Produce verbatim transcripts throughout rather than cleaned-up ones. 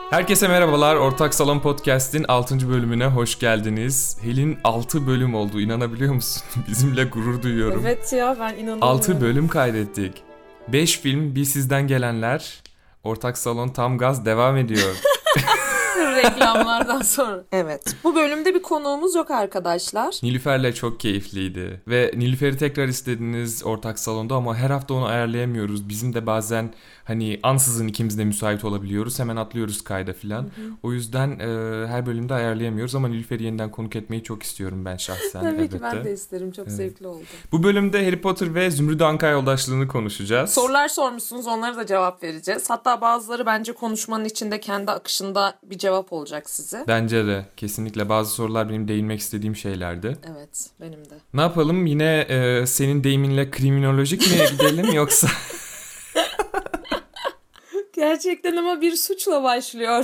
Herkese merhabalar. Ortak Salon Podcast'in altıncı bölümüne hoş geldiniz. Helin altı bölüm oldu. İnanabiliyor musun? Bizimle gurur duyuyorum. Evet ya, ben inanamıyorum. altı bölüm kaydettik. beş film, bir sizden gelenler. Ortak Salon tam gaz devam ediyor. Reklamlardan sonra. Evet. Bu bölümde bir konuğumuz yok arkadaşlar. Nilüfer'le çok keyifliydi. Ve Nilüfer'i tekrar istediniz Ortak Salon'da ama her hafta onu ayarlayamıyoruz. Bizim de bazen hani ansızın ikimiz de müsait olabiliyoruz. Hemen atlıyoruz kayda filan. Hı hı. O yüzden e, her bölümde ayarlayamıyoruz ama Nilüfer'i yeniden konuk etmeyi çok istiyorum ben şahsen. Tabii elbette. ki ben de isterim. Çok evet. Zevkli oldu. Bu bölümde Harry Potter ve Zümrüt Anka yoldaşlığını konuşacağız. Sorular sormuşsunuz, onlara da cevap vereceğiz. Hatta bazıları bence konuşmanın içinde kendi akışında bir cevap olacak size. Bence de kesinlikle bazı sorular benim değinmek istediğim şeylerdi. Evet, benim de. Ne yapalım, yine e, senin deyiminle kriminolojik mi gidelim yoksa? Gerçekten ama bir suçla başlıyor.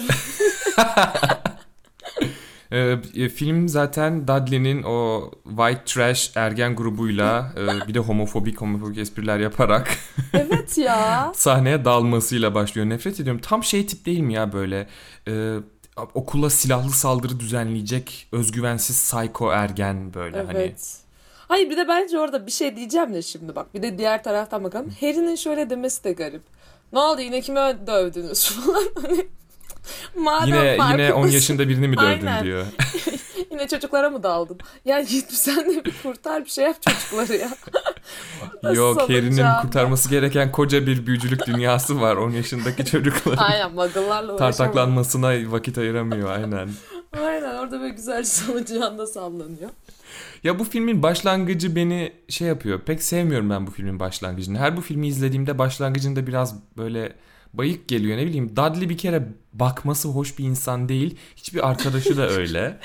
e, film zaten Dudley'nin o white trash ergen grubuyla e, bir de homofobik homofobik espriler yaparak evet ya. sahneye dalmasıyla başlıyor. Nefret ediyorum. Tam şey tip değil mi ya böyle? E, okula silahlı saldırı düzenleyecek özgüvensiz psycho ergen böyle evet. hani. Hayır, bir de bence orada bir şey diyeceğim de şimdi bak. Bir de diğer taraftan bakalım. Harry'nin şöyle demesi de garip. Ne oldu, yine kime dövdünüz falan hani. Madem yine yine on yaşında birini mi dövdün aynen. diyor. Yine çocuklara mı daldın? Yani git sen de bir kurtar, bir şey yap çocukları ya. Yok, Harry'nin kurtarması gereken koca bir büyücülük dünyası var. on yaşındaki çocukların. Aynen, muggle'larla uğraşamıyor. Tartaklanmasına vakit ayıramıyor aynen. Aynen, orada böyle güzel salıncağında sallanıyor. Ya bu filmin başlangıcı beni şey yapıyor. Pek sevmiyorum ben bu filmin başlangıcını. Her bu filmi izlediğimde başlangıcında biraz böyle bayık geliyor, ne bileyim. Dudley bir kere bakması hoş bir insan değil. Hiçbir arkadaşı da öyle.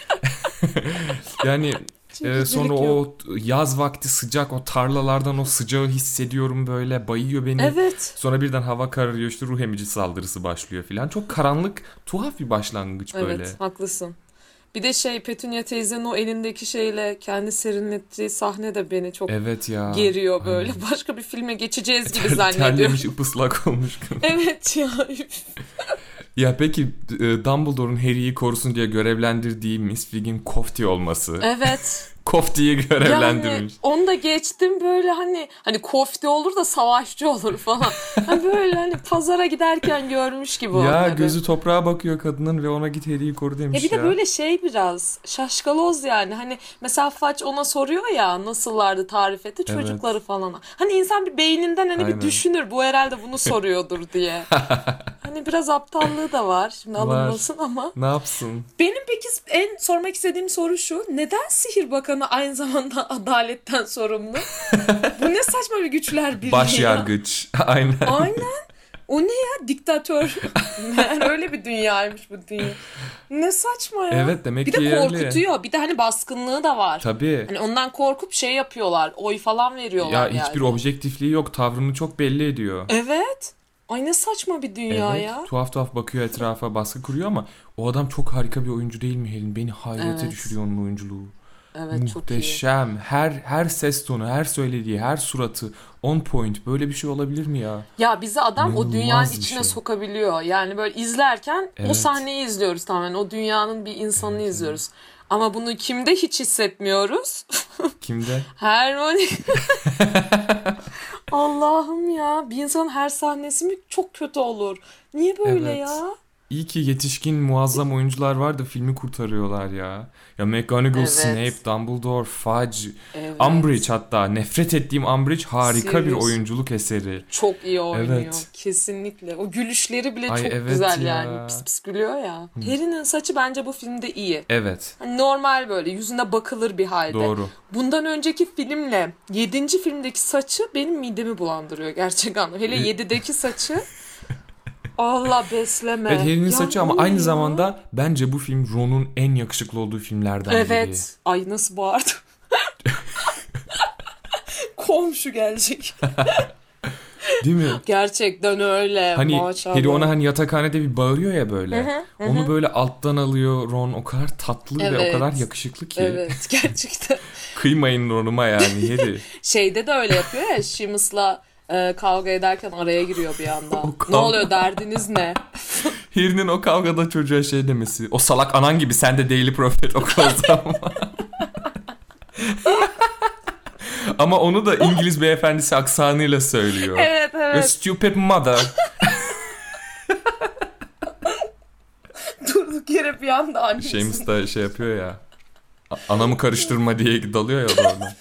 Yani e, sonra o yaz vakti sıcak, o tarlalardan o sıcağı hissediyorum böyle, bayıyor beni. Evet. Sonra birden hava kararıyor, işte ruh emici saldırısı başlıyor filan. Çok karanlık, tuhaf bir başlangıç böyle. Evet, haklısın. Bir de şey, Petunia teyzenin o elindeki şeyle kendi serinlettiği sahne de beni çok evet ya, geriyor böyle. aynen. Başka bir filme geçeceğiz gibi Ter, zannediyorum. Terlemiş, ıpıslak olmuş. Evet ya. Ya peki Dumbledore'un Harry'yi korusun diye görevlendirdiği Miss Figg'in Kofti olması. Evet. Kofti'yi görevlendirmiş. Yani onu da geçtim böyle, hani hani kofti olur da savaşçı olur falan. Hani böyle hani pazara giderken görmüş gibi onları. Ya gözü toprağa bakıyor kadının ve ona git Harry'yi koru demiş ya. Bir ya. de böyle şey, biraz şaşkaloz yani. Hani mesela Fudge ona soruyor ya, nasıllardı, tarif etti çocukları evet. falan. Hani insan bir beyninden hani aynen. bir düşünür, bu herhalde bunu soruyordur diye. Hani biraz aptallığı da var. Şimdi alınmasın ama. Ne yapsın? Benim peki en sormak istediğim soru şu. Neden sihir bakanı aynı zamanda adaletten sorumlu? Bu ne saçma bir güçler birliği. Başyargıç. Aynen. Aynen. O ne ya? Diktatör. Yani öyle bir dünyaymış bu dünya. Ne saçma ya. Evet, demek bir ki de korkutuyor. öyle. Bir de hani baskınlığı da var. Tabii. Hani ondan korkup şey yapıyorlar. Oy falan veriyorlar ya yani. Ya hiçbir objektifliği yok. Tavrını çok belli ediyor. Evet. Ay ne saçma bir dünya evet, ya. Tuhaf tuhaf bakıyor etrafa, baskı kuruyor ama o adam çok harika bir oyuncu değil mi Helin? Beni hayrete evet. düşürüyor onun oyunculuğu. Evet, muhteşem. Çok iyi. Her her ses tonu, her söylediği, her suratı on point. Böyle bir şey olabilir mi ya? Ya bizi adam İnanılmaz o dünyanın içine şey. sokabiliyor. Yani böyle izlerken evet. o sahneyi izliyoruz tamamen. O dünyanın bir insanını evet, izliyoruz. Evet. Ama bunu kimde hiç hissetmiyoruz? Kimde? Hermione. Allah'ım ya. Bir insanın her sahnesi mi çok kötü olur? Niye böyle evet. ya? İyi ki yetişkin muazzam oyuncular var da filmi kurtarıyorlar ya. Ya McGonagall, evet. Snape, Dumbledore, Fudge, evet. Umbridge, hatta nefret ettiğim Umbridge harika Serious. bir oyunculuk eseri. Çok iyi oynuyor. Evet. Kesinlikle. O gülüşleri bile Ay, çok evet güzel ya. yani. Pis pis gülüyor ya. Hmm. Harry'nin saçı bence bu filmde iyi. Evet. Hani normal böyle yüzüne bakılır bir halde. Doğru. Bundan önceki filmle yedinci filmdeki saçı benim midemi bulandırıyor gerçekten. Hele yedideki saçı Allah besleme. Evet, Harry'nin saçı ama aynı ya. zamanda bence bu film Ron'un en yakışıklı olduğu filmlerden evet. biri. Evet. Ay nasıl bağırdı. Komşu gelecek. Değil mi? Gerçekten öyle. Hani maşallah. Harry ona hani yatakhanede bir bağırıyor ya böyle. Hı hı, Onu hı. böyle alttan alıyor Ron. O kadar tatlı evet. ve o kadar yakışıklı ki. Evet, gerçekten. Kıymayın Ron'uma yani Harry. Şeyde de öyle yapıyor ya, Seamus'la e, kavga ederken araya giriyor bir anda. Ne oluyor, derdiniz ne? Harry'nin o kavgada çocuğa şey demesi. O salak anan gibi sen de Daily Prophet oku o zaman. Ama onu da İngiliz beyefendisi aksanıyla söylüyor. Evet Your evet. stupid mother. Durduk yere bir anda annesi. Seamus da şey yapıyor ya. Anamı karıştırma diye dalıyor ya o da oradan.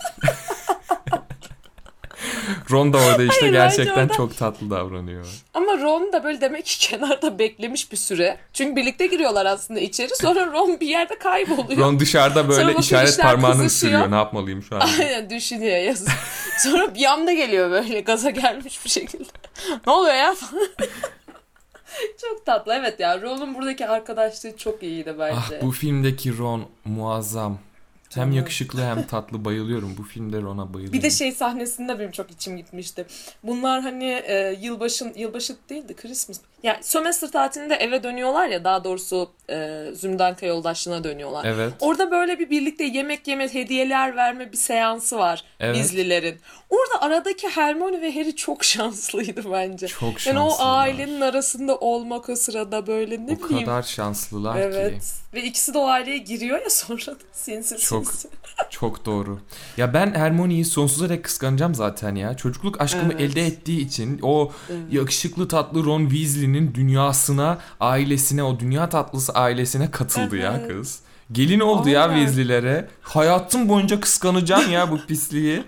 Ron da orada işte Hayır, gerçekten orada... çok tatlı davranıyor. Ama Ron da böyle demek ki kenarda beklemiş bir süre. Çünkü birlikte giriyorlar aslında içeri. Sonra Ron bir yerde kayboluyor. Ron dışarıda böyle işaret parmağını ısırıyor. Ne yapmalıyım şu an? Aynen düşünüyor yazık. Sonra bir anda geliyor böyle gaza gelmiş bir şekilde. Ne oluyor ya? Çok tatlı evet ya. Ron'un buradaki arkadaşlığı çok iyiydi bence. Ah bu filmdeki Ron muazzam. Hem Evet. yakışıklı hem tatlı, bayılıyorum. Bu filmde Ron'a bayılıyorum. Bir de şey sahnesinde benim çok içim gitmişti. Bunlar hani e, yılbaşın yılbaşı değildi, Christmas. Yani sömestr tatilinde eve dönüyorlar ya, daha doğrusu e, Zümrüt yoldaşlığına dönüyorlar. Evet. Orada böyle bir birlikte yemek yeme, hediyeler verme bir seansı var Evet. Weasley'lerin. Orada aradaki Hermione ve Harry çok şanslıydı bence. Çok Yani şanslılar. o ailenin arasında olmak o sırada böyle ne O bileyim. kadar şanslılar Evet. ki. Ve ikisi de o aileye giriyor ya sonra da sinsi Çok sinsi. çok doğru. Ya ben Hermione'yi sonsuza dek kıskanacağım zaten ya. Çocukluk aşkımı Evet. elde ettiği için o Evet. yakışıklı tatlı Ron Weasley'nin dünyasına, ailesine, o dünya tatlısı ailesine katıldı ya Evet. kız. Gelin oldu ya Aynen. Weasley'lere. Hayatım boyunca kıskanacağım ya bu pisliği.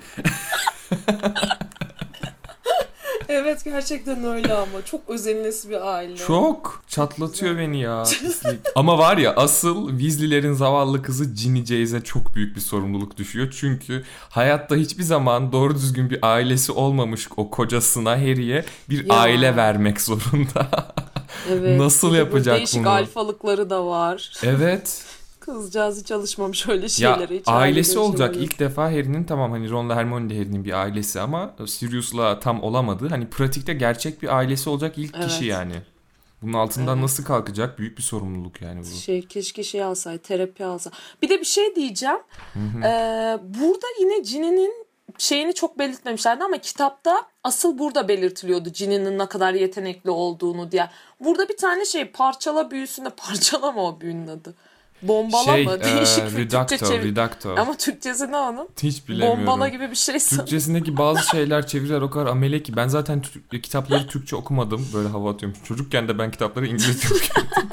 Evet gerçekten öyle ama çok özenilesi bir aile. Çok çatlatıyor beni ya. pislik. Ama var ya asıl Weasley'lerin zavallı kızı Ginny Jace'e çok büyük bir sorumluluk düşüyor. Çünkü hayatta hiçbir zaman doğru düzgün bir ailesi olmamış o kocasına, Harry'e bir Ya. aile vermek zorunda. Evet. Nasıl bir de yapacak böyle değişik bunu? alfalıkları da var. Evet. Kızcağız hiç alışmamış öyle Ya şeylere. Hiç ailesi aile olacak şeyleri. ilk defa Harry'nin, tamam hani Ron'la Hermione de Harry'nin bir ailesi ama Sirius'la tam olamadı. Hani pratikte gerçek bir ailesi olacak ilk Evet. kişi yani. Bunun altından Evet. nasıl kalkacak? Büyük bir sorumluluk yani bu. Şey, keşke şey alsaydı, terapi alsa. Bir de bir şey diyeceğim. Ee, burada yine Ginny'nin şeyini çok belirtmemişlerdi ama kitapta asıl burada belirtiliyordu Ginny'nin ne kadar yetenekli olduğunu diye. Burada bir tane şey parçala büyüsünde, parçala mı o büyünün adı? Bombala Şey, mı? e, Değişik bir Reducto, Türkçe çevir. Reducto. Ama Türkçesi ne onun? Hiç bilemiyorum. Bombala gibi bir şey sanırım. Türkçesindeki bazı şeyler, çeviriler o kadar amele ki. Ben zaten Türk- kitapları Türkçe okumadım. Böyle hava atıyorum. Çocukken de ben kitapları İngilizce okuyordum.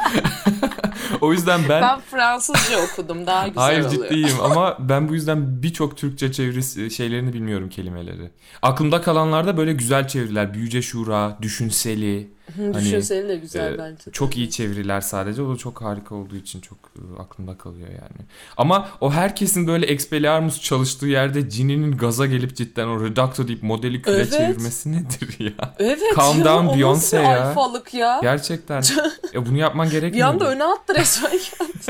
O yüzden ben... Ben Fransızca okudum. Daha güzel Hayır oluyor. ciddiyim ama ben bu yüzden birçok Türkçe çevirisi şeylerini bilmiyorum, kelimeleri. Aklımda kalanlarda böyle güzel çeviriler. Büyüce Şura, Düşünseli. Hı, Hani, Düşünseli de güzel e, bence. Çok iyi çeviriler sadece. O da çok harika olduğu için çok e, aklımda kalıyor yani. Ama o herkesin böyle Expelliarmus çalıştığı yerde Ginny'nin gaza gelip cidden o Reducto deyip modeli küre Evet. çevirmesi nedir ya? Evet Calm ya, down o Beyoncé nasıl bir ya. alfalık ya. Gerçekten. Ya bunu yapman Bir gerekmiyor. anda öne attı resmen.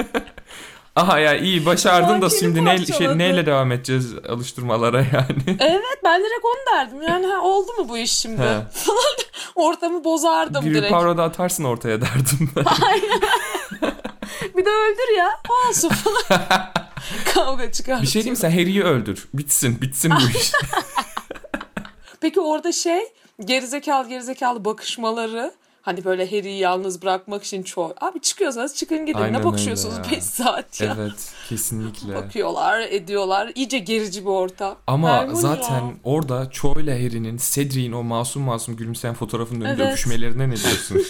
Aha ya iyi başardın da Mankeni şimdi ne, şey, parçaladı. neyle devam edeceğiz alıştırmalara yani? Evet ben direkt onu derdim. Yani ha, oldu mu bu iş şimdi? He. Ortamı bozardım Bir direkt. paroda atarsın ortaya derdim ben. Bir de öldür ya. Olsun falan. Kavga çıkar. Bir şey diyeyim mi? Sen Harry'i öldür. Bitsin bitsin bu iş. Peki orada şey gerizekalı gerizekalı bakışmaları. Hani böyle Harry'i yalnız bırakmak için çok. Abi çıkıyorsanız çıkın gidin. Aynen Ne bakışıyorsunuz öyle ya. beş saat ya. Evet kesinlikle. Bakıyorlar ediyorlar. İyice gerici bir ortam. Ama Hermione zaten ya. orada Cho ile Harry'nin Cedric'in o masum masum gülümseyen fotoğrafının önünde Evet. öpüşmelerine ne diyorsun?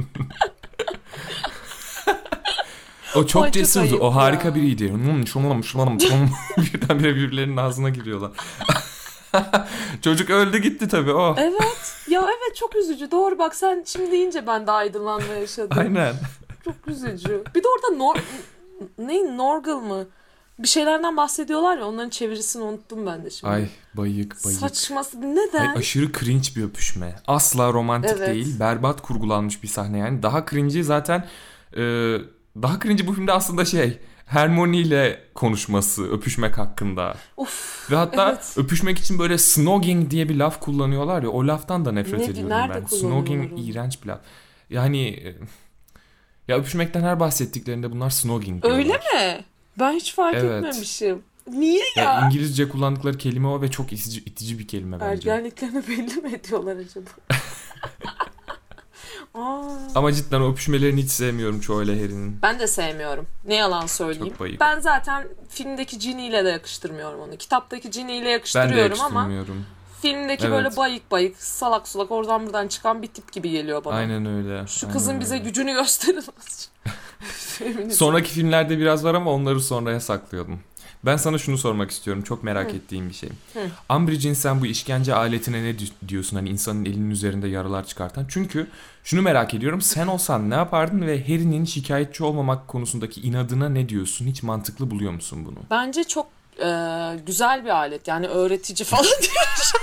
O çok Ay, çok cesurdu. ayıp O harika ya. biriydi. Hmm, şumalam şumalam şumalam. Birdenbire birbirlerinin ağzına giriyorlar. Çocuk öldü gitti tabii o. Evet. Ya evet çok üzücü. Doğru bak sen şimdi deyince ben de aydınlanma yaşadım. Aynen. Çok üzücü. Bir de orada Nor... ne? Norgal mı? Bir şeylerden bahsediyorlar ya, onların çevirisini unuttum ben de şimdi. Ay bayık bayık. Saçması. Neden? Ay, aşırı cringe bir öpüşme. Asla romantik Evet. değil. Berbat kurgulanmış bir sahne yani. Daha cringe'i zaten e, daha cringe'i bu filmde aslında şey Hermione ile konuşması öpüşmek hakkında. Uf, Ve hatta evet. öpüşmek için böyle snogging diye bir laf kullanıyorlar ya, o laftan da nefret Ne- ediyorum nerede ben. kullanıyorlar Snogging onu? iğrenç bir laf. Yani e, ya öpüşmekten her bahsettiklerinde bunlar snogging diyorlar. Öyle mi? Ben hiç fark Evet. etmemişim. Niye ya? Ya İngilizce kullandıkları kelime o ve çok itici, itici bir kelime bence. Ergenliklerini belli mi ediyorlar acaba? Aa, Ama cidden o öpüşmelerini hiç sevmiyorum çoğu ile Harry'nin. Ben de sevmiyorum. Ne yalan söyleyeyim. Ben zaten filmdeki Ginny ile de yakıştırmıyorum onu. Kitaptaki Ginny ile yakıştırıyorum ama filmdeki evet. böyle bayık bayık, salak sulak oradan buradan çıkan bir tip gibi geliyor bana. Aynen öyle. Şu Aynen kızın öyle. bize gücünü gösterin. Sonraki filmlerde biraz var ama onları sonraya saklıyordum. Ben sana şunu sormak istiyorum. Çok merak Hı. ettiğim bir şey. Hı. Umbridge'in sen bu işkence aletine ne diyorsun? Hani insanın elinin üzerinde yaralar çıkartan. Çünkü şunu merak ediyorum. Sen olsan ne yapardın ve Harry'nin şikayetçi olmamak konusundaki inadına ne diyorsun? Hiç mantıklı buluyor musun bunu? Bence çok e, güzel bir alet. Yani öğretici falan diyor.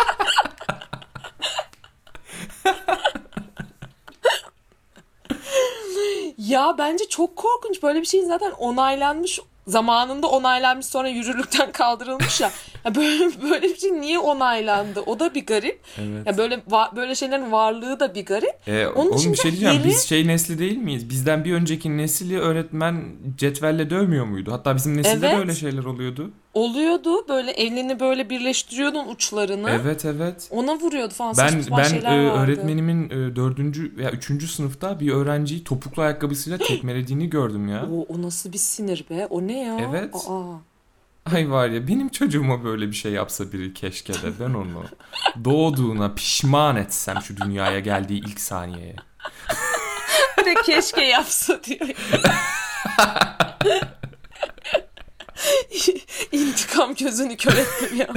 Ya bence çok korkunç. Böyle bir şeyin zaten onaylanmış, zamanında onaylanmış sonra yürürlükten kaldırılmış ya. Ya böyle böyle bir şey niye onaylandı? O da bir garip. Evet. Ya böyle böyle şeylerin varlığı da bir garip. Ee, Onun oğlum bir şey diyeceğim. Yeni... Biz şey nesli değil miyiz? Bizden bir önceki nesili öğretmen cetvelle dövmüyor muydu? Hatta bizim nesilde evet. de öyle şeyler oluyordu. Oluyordu. Böyle elini böyle birleştiriyordun uçlarını. Evet evet. Ona vuruyordu falan. Ben ben e, öğretmenimin e, dördüncü veya üçüncü sınıfta bir öğrenciyi topuklu ayakkabısıyla tekmelediğini gördüm ya. O, o nasıl bir sinir be? O ne ya? Evet. Aa. Ay var ya, benim çocuğuma böyle bir şey yapsa biri keşke de ben onu doğduğuna pişman etsem şu dünyaya geldiği ilk saniyeye. Ne keşke yapsa diyor. İntikam gözünü kör ettim ya.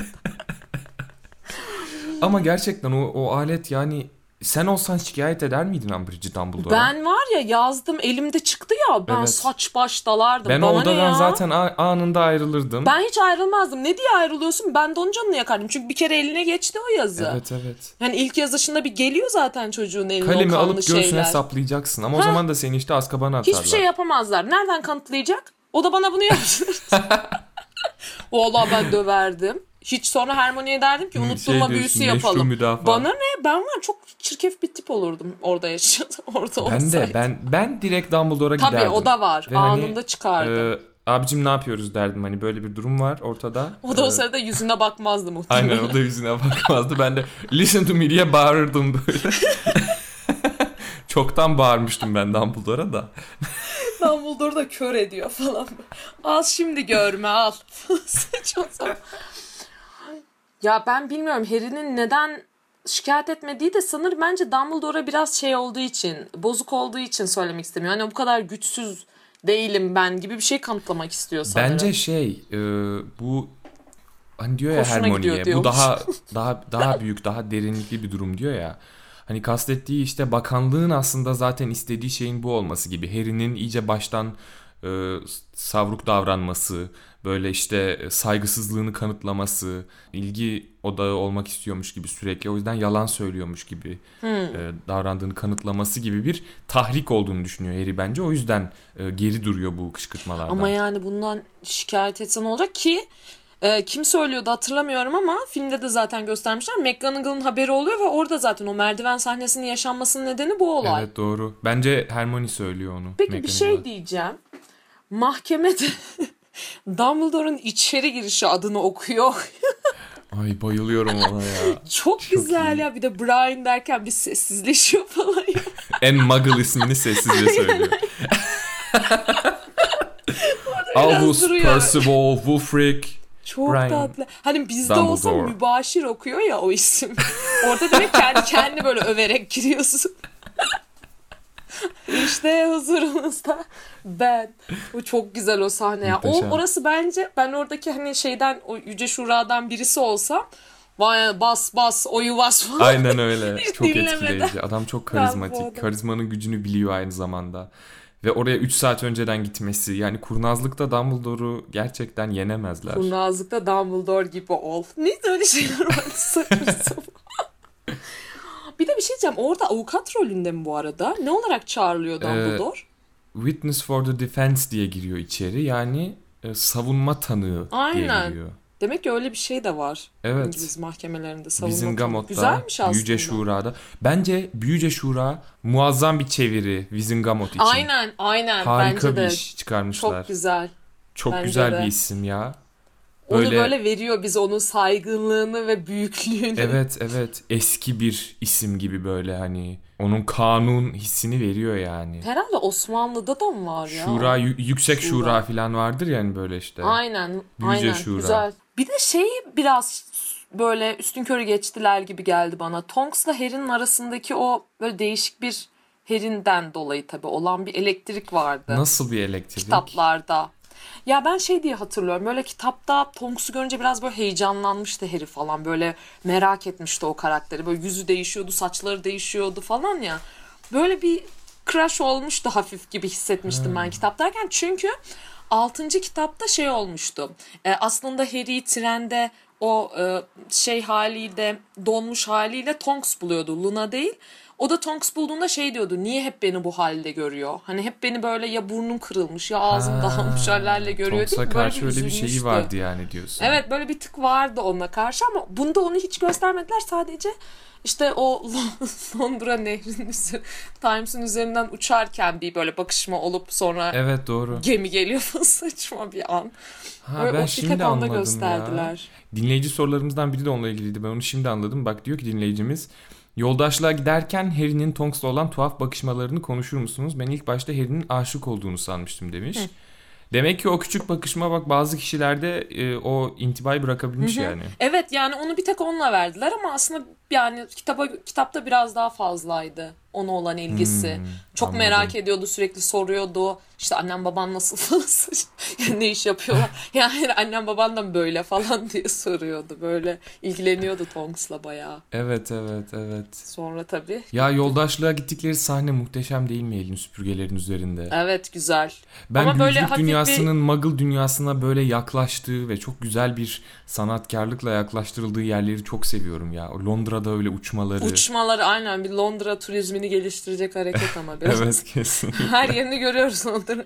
Ama gerçekten o, o alet yani sen olsan şikayet eder miydin Umbridge Dumbledore'a? Ben var ya yazdım elimde çıktı ya ben evet. saç baş dalardım. Ben Bana o odadan zaten anında ayrılırdım. Ben hiç ayrılmazdım. Ne diye ayrılıyorsun? Ben de onun canını yakardım. Çünkü bir kere eline geçti o yazı. Evet evet. Yani ilk yazışında bir geliyor zaten çocuğun eline Kalemi o kanlı alıp şeyler. göğsüne saplayacaksın ama ha? O zaman da seni işte Azkaban'a atarlar. Hiçbir şey yapamazlar. Nereden kanıtlayacak? O da bana bunu yaptı. Vallahi ben döverdim. Hiç sonra Hermione'ye derdim ki unutturma şey büyüsü yapalım. Bana ne? Ben var çok çirkef bir tip olurdum orada yaşadım. Orada ben olsaydım. de ben ben direkt Dumbledore'a Tabii, giderdim. Tabii o da var. Ve anında hani, çıkardım. E, abicim ne yapıyoruz derdim. Hani böyle bir durum var ortada. O da ee, o sırada yüzüne bakmazdı muhtemelen. Aynen o da yüzüne bakmazdı. Ben de listen to me diye bağırırdım böyle. Çoktan bağırmıştım ben Dumbledore'a da. Dumbledore da kör ediyor falan. Al şimdi görme al. Ya ben bilmiyorum Harry'nin neden şikayet etmediği de sanırım bence Dumbledore'a biraz şey olduğu için, bozuk olduğu için söylemek istemiyor. Hani bu kadar güçsüz değilim ben gibi bir şey kanıtlamak istiyor sanırım. Bence şey e, bu hani diyor ya Hermione'ye bu daha daha daha büyük, daha derinlikli bir durum diyor ya. Hani kastettiği işte bakanlığın aslında zaten istediği şeyin bu olması gibi. Harry'nin iyice baştan e, savruk davranması, böyle işte saygısızlığını kanıtlaması, ilgi odağı olmak istiyormuş gibi sürekli. O yüzden yalan söylüyormuş gibi hmm. e, davrandığını kanıtlaması gibi bir tahrik olduğunu düşünüyor Harry bence. O yüzden e, geri duruyor bu kışkırtmalardan. Ama yani bundan şikayet etsen olacak ki e, kim söylüyordu hatırlamıyorum ama filmde de zaten göstermişler. McGonagall'ın haberi oluyor ve orada zaten o merdiven sahnesinin yaşanmasının nedeni bu olay. Evet doğru. Bence Hermione söylüyor onu. Peki bir şey diyeceğim. Mahkemede Dumbledore'un içeri girişi adını okuyor. Ay bayılıyorum ona ya. Çok, Çok güzel iyi. Ya bir de Brian derken bir sessizleşiyor falan ya. En Muggle ismini sessizce söylüyor. Albus Percival Wulfric. Çok Brian, tatlı. Hani bizde Dumbledore. Olsa mübaşir okuyor ya o isim. Orada direkt kendi kendini böyle överek giriyorsun. İşte huzurunuzda ben. O çok güzel o sahne ya. O orası bence ben oradaki hani şeyden o Yüce Şura'dan birisi olsam vay bas bas oyu bas falan. Aynen öyle. Çok etkileyici. Adam çok karizmatik. Karizmanın gücünü biliyor aynı zamanda. Ve oraya üç saat önceden gitmesi. Yani kurnazlıkta Dumbledore'u gerçekten yenemezler. Kurnazlıkta Dumbledore gibi ol. Neyse öyle şeyler var. Bir de bir şey diyeceğim. Orada avukat rolünde mi bu arada? Ne olarak çağrılıyor Dumbledore? Ee, Witness for the defense diye giriyor içeri. Yani e, savunma tanığı Aynen. diye giriyor. Demek ki öyle bir şey de var. Evet. İngiliz mahkemelerinde savunma Wizengamot'ta, güzelmiş aslında. Büyüce Şura'da. Bence Büyüce Şura muazzam bir çeviri Wizengamot için. Aynen, aynen. Harika bence bir de. iş çıkarmışlar. Çok güzel. Çok bence güzel de. bir isim ya. Böyle... Onu böyle veriyor bize onun saygınlığını ve büyüklüğünü. Evet, evet. Eski bir isim gibi böyle hani Onun kanun hissini veriyor yani. Herhalde Osmanlı'da da mı var ya? Şura, y- yüksek şura. Şura falan vardır yani böyle işte. Aynen, Yüce aynen. şura. Güzel. Bir de şeyi biraz böyle üstünkörü geçtiler gibi geldi bana. Tonks'la Harry'nin arasındaki o böyle değişik bir Harry'nden dolayı tabii olan bir elektrik vardı Nasıl bir elektrik? kitaplarda. Ya ben şey diye hatırlıyorum. Böyle kitapta Tonks'u görünce biraz böyle heyecanlanmıştı Harry falan. Böyle merak etmişti o karakteri. Böyle yüzü değişiyordu, saçları değişiyordu falan ya. Böyle bir crush olmuştu hafif gibi hissetmiştim ben kitap derken. Çünkü altıncı kitapta şey olmuştu. E, aslında Harry'i trende o e, şey haliyle, donmuş haliyle Tonks buluyordu. Luna değil. O da Tonks bulduğunda şey diyordu. Niye hep beni bu halde görüyor? Hani hep beni böyle ya burnum kırılmış ya ağzım dağılmış hallerle görüyor değil mi? Tonks'a Böyle karşı bir öyle bir şeyi üzülmüştü. vardı yani diyorsun. Evet, böyle bir tık vardı ona karşı ama bunda onu hiç göstermediler. Sadece işte o Londra nehrinin üzeri, Times'ın üzerinden uçarken bir böyle bakışma olup sonra Evet, doğru. gemi geliyor falan, saçma bir an. Ha, Öyle ben o bir şimdi tek onda anladım ya. gösterdiler. Dinleyici sorularımızdan biri de onunla ilgiliydi. Ben onu şimdi anladım. Bak, diyor ki dinleyicimiz: yoldaşlığa giderken Harry'nin Tonks'la olan tuhaf bakışmalarını konuşur musunuz? Ben ilk başta Harry'nin aşık olduğunu sanmıştım demiş. Hı. Demek ki o küçük bakışma bak bazı kişilerde e, o intibayı bırakabilmiş. Hı hı. Yani. Evet, yani onu bir tek onunla verdiler ama aslında yani kitaba kitapta biraz daha fazlaydı ona olan ilgisi. Hmm, Çok anladım. Merak ediyordu, sürekli soruyordu. İşte annem baban nasıl falan, yani ne iş yapıyorlar? Yani annem baban da mı böyle falan diye soruyordu. Böyle ilgileniyordu Tonks'la bayağı. Evet, evet, evet. Sonra tabii. Ya yoldaşlığa gittikleri sahne muhteşem değil mi elin süpürgelerin üzerinde? Evet, güzel. Ben ama büyücülük dünyasının bir... Muggle dünyasına böyle yaklaştığı ve çok güzel bir sanatkarlıkla yaklaştırıldığı yerleri çok seviyorum ya. O Londra'da öyle uçmaları. Uçmaları aynen, bir Londra turizmini geliştirecek hareket ama biraz. Evet, kesinlikle. Her yerini görüyoruz Londra'nın.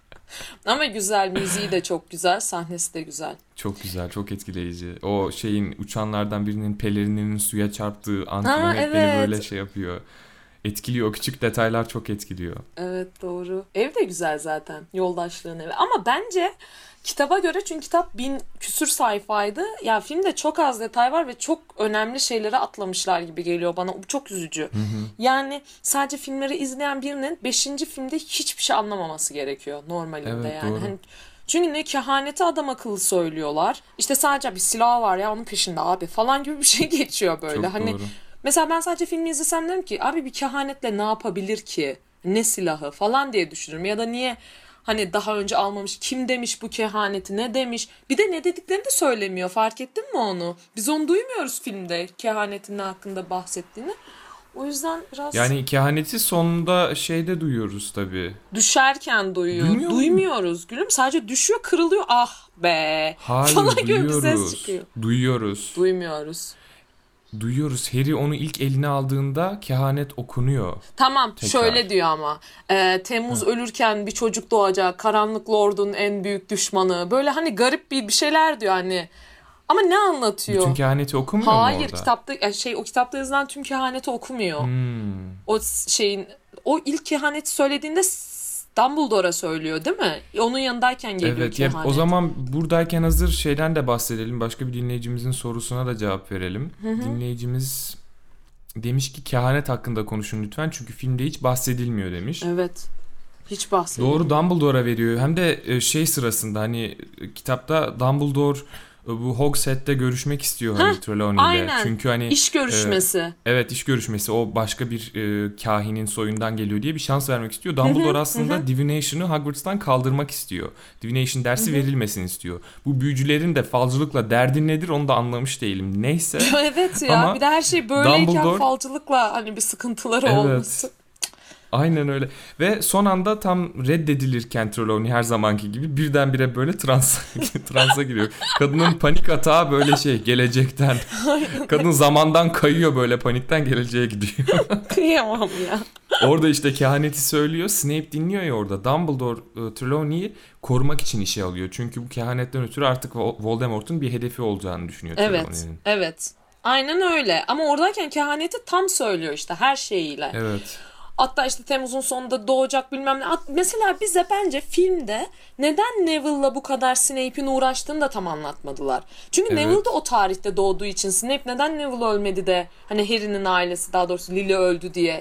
Ama güzel, müziği de çok güzel, sahnesi de güzel. Çok güzel, çok etkileyici. O şeyin, uçanlardan birinin pelerininin suya çarptığı an falan hep evet. beni böyle şey yapıyor. Etkiliyor. O küçük detaylar çok etkiliyor. Evet, doğru. Ev de güzel zaten. Yoldaşlığın evi. Ama bence kitaba göre, çünkü kitap bin küsür sayfaydı. Ya filmde çok az detay var ve çok önemli şeyleri atlamışlar gibi geliyor bana. Bu çok üzücü. Hı hı. Yani sadece filmleri izleyen birinin beşinci filmde hiçbir şey anlamaması gerekiyor normalinde. Evet, yani. Hani çünkü ne kehaneti adam akıllı söylüyorlar. İşte sadece bir silah var ya onun peşinde abi falan gibi bir şey geçiyor böyle. Çok hani doğru. Mesela ben sadece filmi izlesem derim ki abi bir kehanetle ne yapabilir ki? Ne silahı falan diye düşünürüm. Ya da niye hani daha önce almamış, kim demiş bu kehaneti, ne demiş? Bir de ne dediklerini de söylemiyor, fark ettin mi onu? Biz onu duymuyoruz filmde, kehanetin ne hakkında bahsettiğini. O yüzden biraz... Yani kehaneti sonunda şeyde duyuyoruz tabii. Düşerken duyuyor. Duymuyor Duymuyoruz gülüm. Sadece düşüyor, kırılıyor. Ah be. Hayır, falan duyuyoruz. gibi bir ses çıkıyor. Duyuyoruz. Duymuyoruz. Duyuyoruz. Harry onu ilk eline aldığında kehanet okunuyor. Tamam, tekrar. Şöyle diyor ama. E, Temmuz Hı. ölürken bir çocuk doğacak. Karanlık Lord'un en büyük düşmanı. Böyle hani garip bir bir şeyler diyor hani. Ama ne anlatıyor? Bütün kehaneti okumuyor Hayır, mu orada? Hayır, kitapta şey o kitapta yazılan tüm kehaneti okumuyor. Hmm. O şeyin o ilk kehaneti söylediğinde Dumbledore'a söylüyor değil mi? Onun yanındayken geliyor evet, kehanet. Evet, o zaman buradayken hazır şeyden de bahsedelim. Başka bir dinleyicimizin sorusuna da cevap verelim. Hı hı. Dinleyicimiz demiş ki kehanet hakkında konuşun lütfen çünkü filmde hiç bahsedilmiyor demiş. Evet. Hiç bahsedilmiyor. Doğru, Dumbledore'a veriyor. Hem de şey sırasında hani kitapta Dumbledore bu Hogshead'de görüşmek istiyor hani Trelawney ile. Aynen. Çünkü hani iş görüşmesi. E, evet, iş görüşmesi. O başka bir e, kahinin soyundan geliyor diye bir şans vermek istiyor. Dumbledore aslında Divination'ı Hogwarts'tan kaldırmak istiyor. Divination dersi verilmesini istiyor. Bu büyücülerin de falcılıkla derdi nedir onu da anlamış değilim. Neyse. Evet ya. Ama bir de her şey böyleyken Dumbledore... falcılıkla hani bir sıkıntıları evet. olması. Aynen öyle. Ve son anda tam reddedilirken Trelawney her zamanki gibi birdenbire böyle transa, transa giriyor. Kadının panik atağı böyle şey gelecekten. Kadın zamandan kayıyor böyle, panikten geleceğe gidiyor. Kıyamam ya. Orada işte kehaneti söylüyor. Snape dinliyor ya orada. Dumbledore e, Trelawney'i korumak için işe alıyor. Çünkü bu kehanetten ötürü artık Voldemort'un bir hedefi olacağını düşünüyor evet, Trelawney'nin. Evet. Aynen öyle. Ama oradayken kehaneti tam söylüyor işte her şeyiyle. Evet. Hatta işte Temmuz'un sonunda doğacak bilmem ne. Mesela bize bence filmde neden Neville'la bu kadar Snape'in uğraştığını da tam anlatmadılar. Çünkü evet. Neville de o tarihte doğduğu için Snape neden Neville ölmedi de hani Harry'nin ailesi, daha doğrusu Lily öldü diye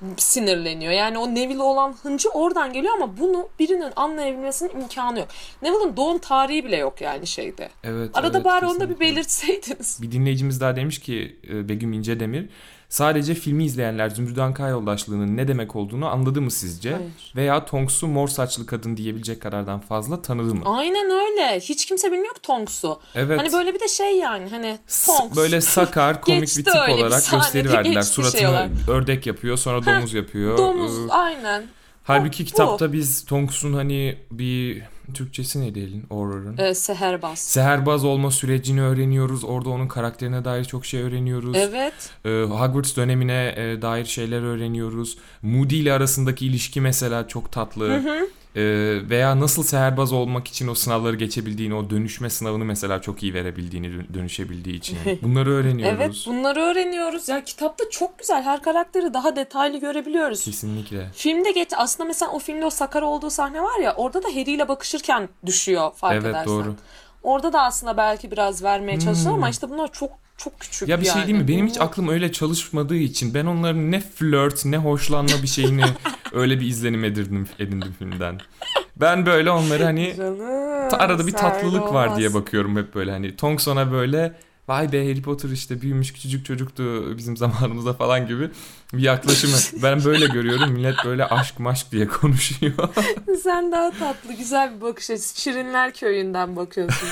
sinirleniyor. Yani o Neville'e olan hıncı oradan geliyor ama bunu birinin anlayabilmesinin imkanı yok. Neville'ın doğum tarihi bile yok yani şeyde. Evet, Arada evet, bari onu da bir kesinlikle. belirtseydiniz. Bir dinleyicimiz daha demiş ki e, Begüm İncedemir, sadece filmi izleyenler Zümrüt Anka yoldaşlığının ne demek olduğunu anladı mı sizce? Hayır. Veya Tonks'u mor saçlı kadın diyebilecek kadardan fazla tanıdı mı? Aynen öyle. Hiç kimse bilmiyor ki Tonks'u. Evet. Hani böyle bir de şey yani hani S- Tonks. Böyle sakar, komik Geçti bir tip öyle bir olarak sahnede, gösteriverdiler. geçti şey Suratını olarak. ördek yapıyor, sonra domuz yapıyor. Domuz Ee, aynen. Halbuki Bu. kitapta biz Tonks'un hani bir Türkçesi neydi elin? Aurora'nın. Ee, seherbaz. Seherbaz olma sürecini öğreniyoruz. Orada onun karakterine dair çok şey öğreniyoruz. Evet. Ee, Hogwarts dönemine e, dair şeyler öğreniyoruz. Moody ile arasındaki ilişki mesela çok tatlı. Hı hı. Ee, veya nasıl seherbaz olmak için o sınavları geçebildiğini, o dönüşme sınavını mesela çok iyi verebildiğini, dö- dönüşebildiği için. Bunları öğreniyoruz. Evet, bunları öğreniyoruz. Ya kitapta çok güzel. Her karakteri daha detaylı görebiliyoruz. Kesinlikle. Filmde geç aslında mesela o filmde o sakar olduğu sahne var ya, orada da Harry ile bakışırken düşüyor fark Evet, edersen. doğru. Orada da aslında belki biraz vermeye çalışıyor Hmm. ama işte bunlar çok çok küçük Ya bir yani. şey değil mi? Benim hiç Bunlar- aklım öyle çalışmadığı için ben onların ne flört ne hoşlanma bir şeyini öyle bir izlenim edindim, edindim filmden. Ben böyle onları hani Canım, ta- arada bir sen tatlılık var olmaz. diye bakıyorum hep böyle hani Tonks ona böyle vay be Harry Potter işte büyümüş küçücük çocuktu bizim zamanımızda falan gibi bir yaklaşımı ben böyle görüyorum. Millet böyle aşk maşk diye konuşuyor. Sen daha tatlı, güzel bir bakış açısı. Şirinler Köyü'nden bakıyorsun.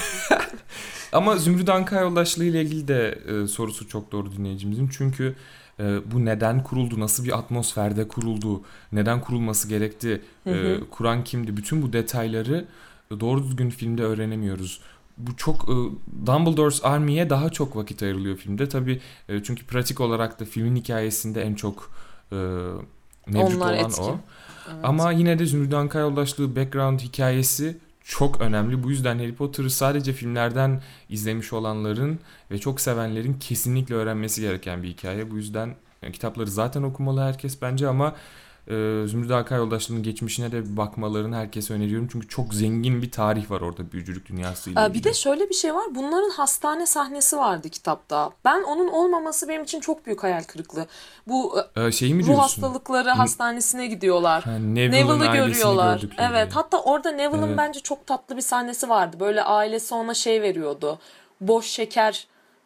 Ama Zümrüt Anka yoldaşlığı ile ilgili de e, sorusu çok doğru dinleyicimizin. Çünkü e, bu neden kuruldu, nasıl bir atmosferde kuruldu, neden kurulması gerekti, Hı e, hı. kuran kimdi, bütün bu detayları doğru düzgün filmde öğrenemiyoruz. Bu çok e, Dumbledore's Army'ye daha çok vakit ayrılıyor filmde. Tabii e, çünkü pratik olarak da filmin hikayesinde en çok e, mevcut Onlar olan etkin. o. Evet. Ama yine de Zümrüt Anka yoldaşlığı background hikayesi çok önemli. Bu yüzden Harry Potter'ı sadece filmlerden izlemiş olanların ve çok sevenlerin kesinlikle öğrenmesi gereken bir hikaye. Bu yüzden yani kitapları zaten okumalı herkes bence ama e, Zümrüt Anka yoldaşlığının geçmişine de bir bakmalarını herkese öneriyorum. Çünkü çok zengin bir tarih var orada büyücülük dünyasıyla Aa, ilgili. bir de şöyle bir şey var. Bunların hastane sahnesi vardı kitapta. Ben onun olmaması benim için çok büyük hayal kırıklığı. Bu e, Ee, şeyi mi ruh diyorsun? hastalıkları hastanesine gidiyorlar. Ha, Neville'ın Neville'ı ailesini görüyorlar. gördükleri. Evet. Hatta orada Neville'ın Evet. bence çok tatlı bir sahnesi vardı. Böyle ailesi ona şey veriyordu. Boş şeker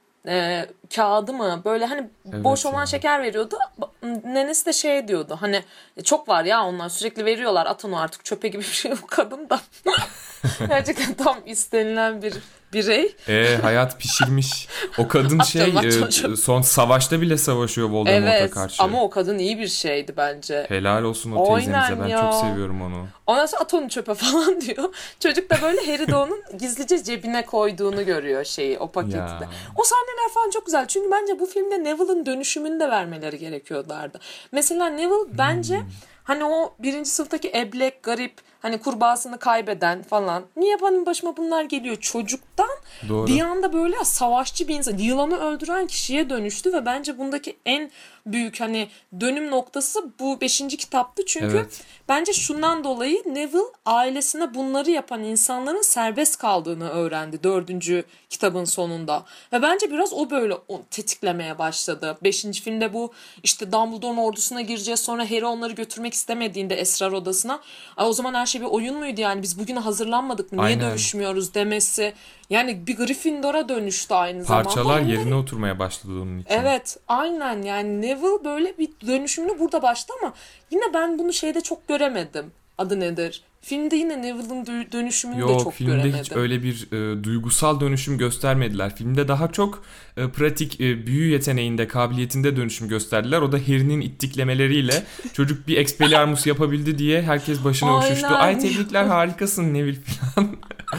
e, kağıdı mı? Böyle hani Evet boş olan ya. şeker veriyordu. Nenesi de şey diyordu. Hani "E, çok var ya onlar sürekli veriyorlar. At onu artık çöpe" gibi bir şey bu kadın da. Gerçekten tam istenilen bir birey. E, hayat pişirmiş. O kadın At şey canım, at e, canım. son savaşta bile savaşıyor Voldemort'a Evet karşı. ama o kadın iyi bir şeydi bence. Helal olsun o Aynen teyzemize. Ben ya. çok seviyorum onu. Ondan sonra at onu çöpe falan diyor. Çocuk da böyle Harry de onun gizlice cebine koyduğunu görüyor şeyi o paketi Ya. de. O sahneler falan çok güzel. Çünkü bence bu filmde Neville'ın dönüşümünü de vermeleri gerekiyordu Arda. Mesela Neville bence Hmm. hani o birinci sınıftaki eblek, garip, hani kurbağasını kaybeden falan. Niye benim başıma bunlar geliyor? Çocuktan Doğru. bir anda böyle savaşçı bir insan, yılanı öldüren kişiye dönüştü ve bence bundaki en büyük hani dönüm noktası bu beşinci kitaptı. Çünkü Evet. bence şundan dolayı Neville ailesine bunları yapan insanların serbest kaldığını öğrendi dördüncü kitabın sonunda. Ve bence biraz o böyle o tetiklemeye başladı. Beşinci filmde bu işte Dumbledore'un ordusuna gireceğiz, sonra Harry onları götürmek istemediğinde esrar odasına, "Ay, o zaman her şey bir oyun muydu yani, biz bugüne hazırlanmadık mı, niye Aynen. dövüşmüyoruz" demesi. Yani bir Gryffindor'a dönüştü aynı zamanda. Parçalar Hem de- yerine oturmaya başladı onun için. Evet, aynen yani Neville böyle bir dönüşümünü burada başladı ama yine ben bunu şeyde çok göremedim. Adı nedir? Filmde yine Neville'ın dö- dönüşümünü de Yok, çok filmde göremedim. hiç öyle bir e, duygusal dönüşüm göstermediler. Filmde daha çok e, pratik e, büyü yeteneğinde, kabiliyetinde dönüşüm gösterdiler. O da Harry'nin ittiklemeleriyle çocuk bir Expelliarmus yapabildi diye herkes başına Aynen. uçuştu. Ay tebrikler, harikasın Neville falan.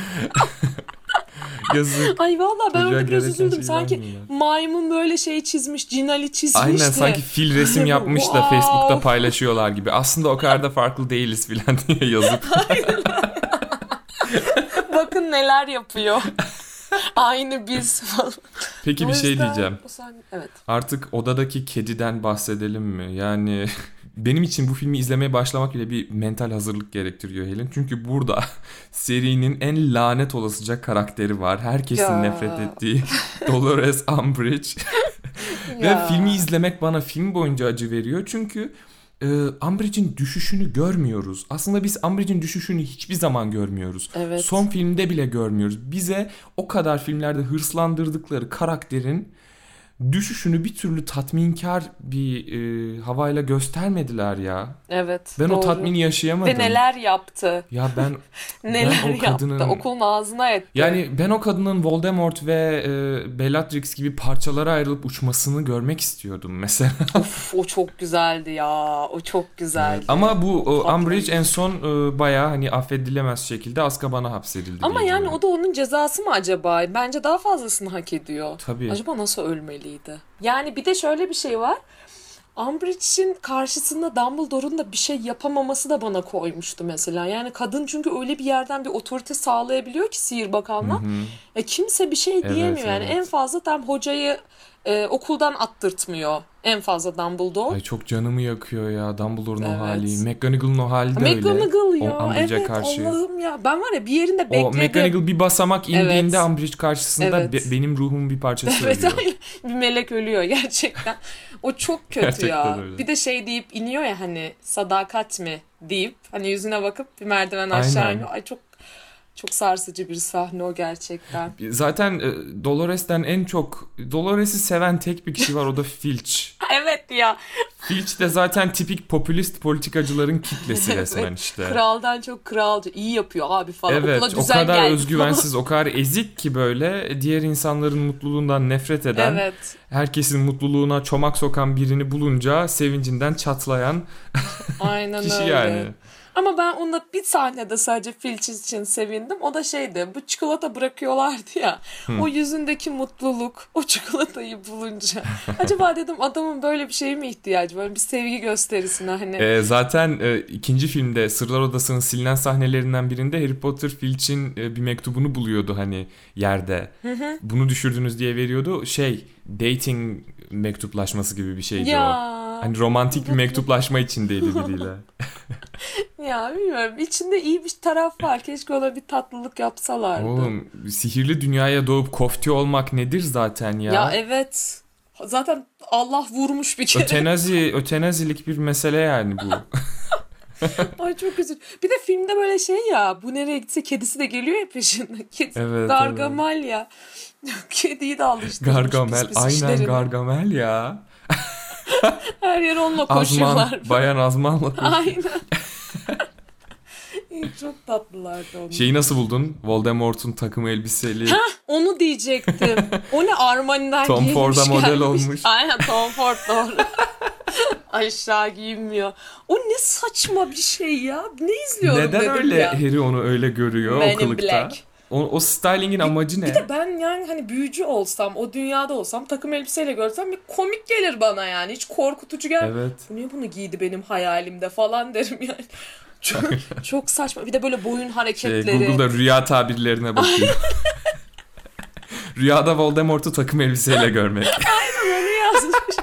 Yazık. Ay vallahi ben Çocuğa orada biraz gereken üzüldüm. şeyi Sanki vermiyorlar. maymun böyle şey çizmiş, Cinali çizmiş Aynen, de. sanki fil resim yapmış da Wow. Facebook'ta paylaşıyorlar gibi. Aslında o kadar da farklı değiliz falan diye yazıp. Bakın neler yapıyor. Aynı biz falan. Peki O bir şey yüzden diyeceğim. o sahne- Evet. Artık odadaki kediden bahsedelim mi? Yani benim için bu filmi izlemeye başlamak bile bir mental hazırlık gerektiriyor Helen. Çünkü burada serinin en lanet olasıca karakteri var. Herkesin Ya. nefret ettiği Dolores Umbridge. Ve Ya. filmi izlemek bana film boyunca acı veriyor. Çünkü e, Umbridge'in düşüşünü görmüyoruz. Aslında biz Umbridge'in düşüşünü hiçbir zaman görmüyoruz. Evet. Son filmde bile görmüyoruz. Bize o kadar filmlerde hırslandırdıkları karakterin düşüşünü bir türlü tatminkar bir e, havayla göstermediler ya. Evet, Ben doğru. o tatmini yaşayamadım. Ve neler yaptı. Ya ben Neler ben o yaptı. kadının Okulun ağzına etti. yani ben o kadının Voldemort ve e, Bellatrix gibi parçalara ayrılıp uçmasını görmek istiyordum mesela. Of, o çok güzeldi ya. O çok güzeldi. Ama bu o, Tatlı. Umbridge en son e, bayağı hani affedilemez şekilde Azkaban'a hapsedildi Ama diye yani biliyorum. o da onun cezası mı acaba? Bence daha fazlasını hak ediyor. Tabii. Acaba nasıl ölmeliydi? Yani bir de şöyle bir şey var. Umbridge'in karşısında Dumbledore'un da bir şey yapamaması da bana koymuştu mesela. Yani kadın çünkü öyle bir yerden bir otorite sağlayabiliyor ki Sihir Bakanlığı. E kimse bir şey Evet, diyemiyor. Yani evet. en fazla tam hocayı e, okuldan attırtmıyor. En fazla Dumbledore. Ay çok canımı yakıyor ya Dumbledore'un Evet. o hali. McGonagall'ın o hali de öyle. McGonagall ya. O Umbridge'e Evet, karşı. Allah'ım ya. Ben var ya bir yerinde bekledim. O McGonagall bir basamak indiğinde Evet. Umbridge karşısında Evet. be- benim ruhumun bir parçası Evet, ölüyor. aynen. Bir melek ölüyor gerçekten. O çok kötü Gerçekten ya. öyle. Bir de şey deyip iniyor ya hani sadakat mi deyip hani yüzüne bakıp bir merdiven aşağı Aynen. iniyor. Ay çok çok sarsıcı bir sahne o gerçekten. Zaten e, Dolores'ten en çok Dolores'i seven tek bir kişi var, o da Filch. Evet ya. Filch de zaten tipik popülist politikacıların kitlesi Evet. resmen işte. Kraldan çok kralcı. İyi yapıyor abi falan. Evet, Okula o düzen kadar geldi özgüvensiz, o kadar ezik ki böyle diğer insanların mutluluğundan nefret falan. eden, Evet. herkesin mutluluğuna çomak sokan birini bulunca sevincinden çatlayan Aynen kişi öyle. yani. Ama ben onunla bir sahnede sadece Filch için sevindim. O da şeydi, bu çikolata bırakıyorlardı ya. O yüzündeki mutluluk, o çikolatayı bulunca. Acaba dedim adamın böyle bir şeye mi ihtiyacı var? Bir sevgi gösterisine hani. E, zaten e, ikinci filmde Sırlar Odası'nın silinen sahnelerinden birinde Harry Potter Filch'in e, bir mektubunu buluyordu hani yerde. Bunu düşürdünüz diye veriyordu. Şey, dating mektuplaşması gibi bir şeydi Ya. o. Hani romantik bir mektuplaşma içindeydi biriyle. Ya bilmiyorum. İçinde iyi bir taraf var. Keşke ona bir tatlılık yapsalardı. Oğlum, sihirli dünyaya doğup kofti olmak nedir zaten ya? Ya evet. Zaten Allah vurmuş bir kere. Ötenazi, ötenazilik bir mesele yani bu. Ay çok üzücü. Bir de filmde böyle şey ya, bu nereye gitse kedisi de geliyor ya peşinden. Kedisi, Evet, Gargamel ya. Kediyi de alıştırmış Gargamel, pis pis aynen işlerine. Gargamel ya. Her yer onunla Azman, koşuyorlar. bayan Azman'la koşuyor. Aynen. İyi, çok tatlılardı onlar. Şeyi nasıl buldun? Voldemort'un takım elbiseli. Onu diyecektim. O ne Armani'den Tom giyinmiş Ford'a model gelmiş. olmuş. Aynen, Tom Ford doğru. Aşağı giyinmiyor. O ne saçma bir şey ya. Ne izliyorum Neden dedim öyle ya. Harry onu öyle görüyor Men in o kılıkta? Black. O, o stylingin amacı ne? Bir de ben yani hani büyücü olsam, o dünyada olsam, takım elbiseyle görsem bir komik gelir bana yani. Hiç korkutucu gel. Evet. Bu niye bunu giydi benim hayalimde falan derim yani. Çok, çok saçma. Bir de böyle boyun Şey, hareketleri. Google'da rüya tabirlerine bakıyor. Rüyada Voldemort'u takım elbiseyle görmek. Aynen onu yazmış.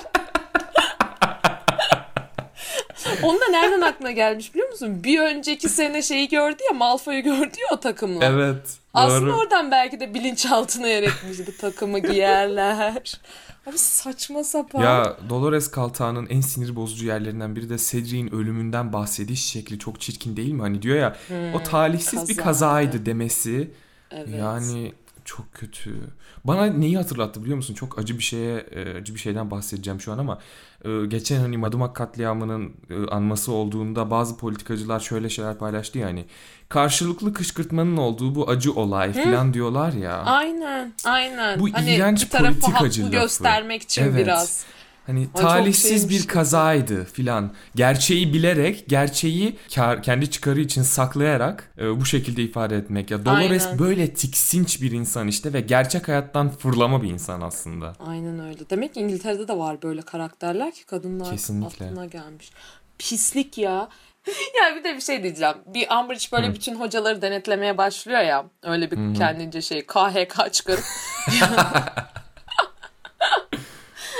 Onun da nereden aklına gelmiş biliyor musun? Bir önceki sene şeyi gördü ya, Malfoy'u gördü ya o takımla. Evet. Aslında Doğru. oradan belki de bilinçaltına yer etmiş, bu takımı giyerler. Abi saçma sapan. Ya Dolores Kaltağ'ın en sinir bozucu yerlerinden biri de Cedric'in ölümünden bahsediş şekli çok çirkin değil mi? Hani diyor ya o talihsiz bir kazaydı. kazaydı demesi. Evet. Yani çok kötü. Bana neyi hatırlattı biliyor musun? Çok acı bir şeye, e, acı bir şeyden bahsedeceğim şu an ama e, geçen hani Madımak katliamının e, anması olduğunda bazı politikacılar şöyle şeyler paylaştı ya, hani karşılıklı kışkırtmanın olduğu bu acı olay falan diyorlar ya. Aynen, aynen. Bu hani iğrenç bir tarafı politikacı haklı lafı. göstermek için Evet. biraz. Hani Ay, çok talihsiz şeymiş bir gibi. kazaydı filan. Gerçeği bilerek, gerçeği kar, kendi çıkarı için saklayarak e, bu şekilde ifade etmek. Ya Dolores Aynen. böyle tiksinç bir insan işte ve gerçek hayattan fırlama bir insan aslında. Aynen öyle. Demek ki İngiltere'de de var böyle karakterler ki kadınlar Kesinlikle. aklına gelmiş. Pislik ya. Ya bir de bir şey diyeceğim. Bir Umbridge böyle Hı. bütün hocaları denetlemeye başlıyor ya. Öyle bir kendince şey K H K çıkarıp.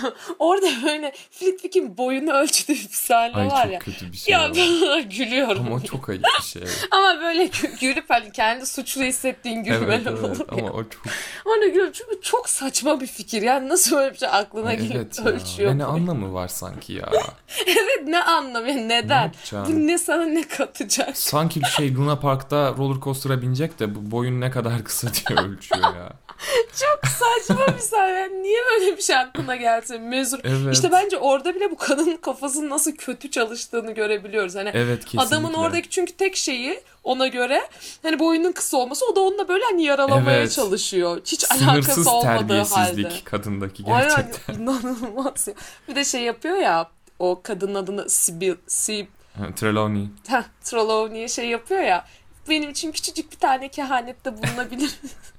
Orada böyle Flitwick'in boyunu ölçtüğü bir sahne Ay var çok ya. kötü bir şey Ya o. ben gülüyorum. Ama o çok ayıp bir şey. Ama böyle gü- gülüp hani kendi suçlu hissettiğin Evet gülmeler evet olur ama ya. o çok Ona gülüyorum çünkü çok saçma bir fikir. Yani nasıl böyle bir şey aklına gelip evet ya. ölçüyor Ve ne boyu. anlamı var sanki ya? Evet, ne anlamı, yani Ne neden? Bu yapacaksın? ne sana ne katacak? Sanki bir şey Luna Park'ta roller coaster'a binecek de bu boyun ne kadar kısa diye ölçüyor ya. Çok saçma bir sahne. Yani niye böyle bir şey aklına gelsin? Mezur. İşte Evet. bence orada bile bu kadının kafasının nasıl kötü çalıştığını görebiliyoruz. Hani Evet adamın kesinlikle. oradaki çünkü tek şeyi ona göre hani boyunun kısa olması, o da onunla böyle hani yaralamaya Evet. çalışıyor. Hiç alakası Sınırsız olmadığı halde. terbiyesizlik kadındaki Aynen, gerçekten. inanılmaz ya. Bir de şey yapıyor ya, o kadının adını Sibyl, Sib, Trelawney. heh, Trelawney'e şey yapıyor ya. Benim için küçücük bir tane kehanette bulunabilir.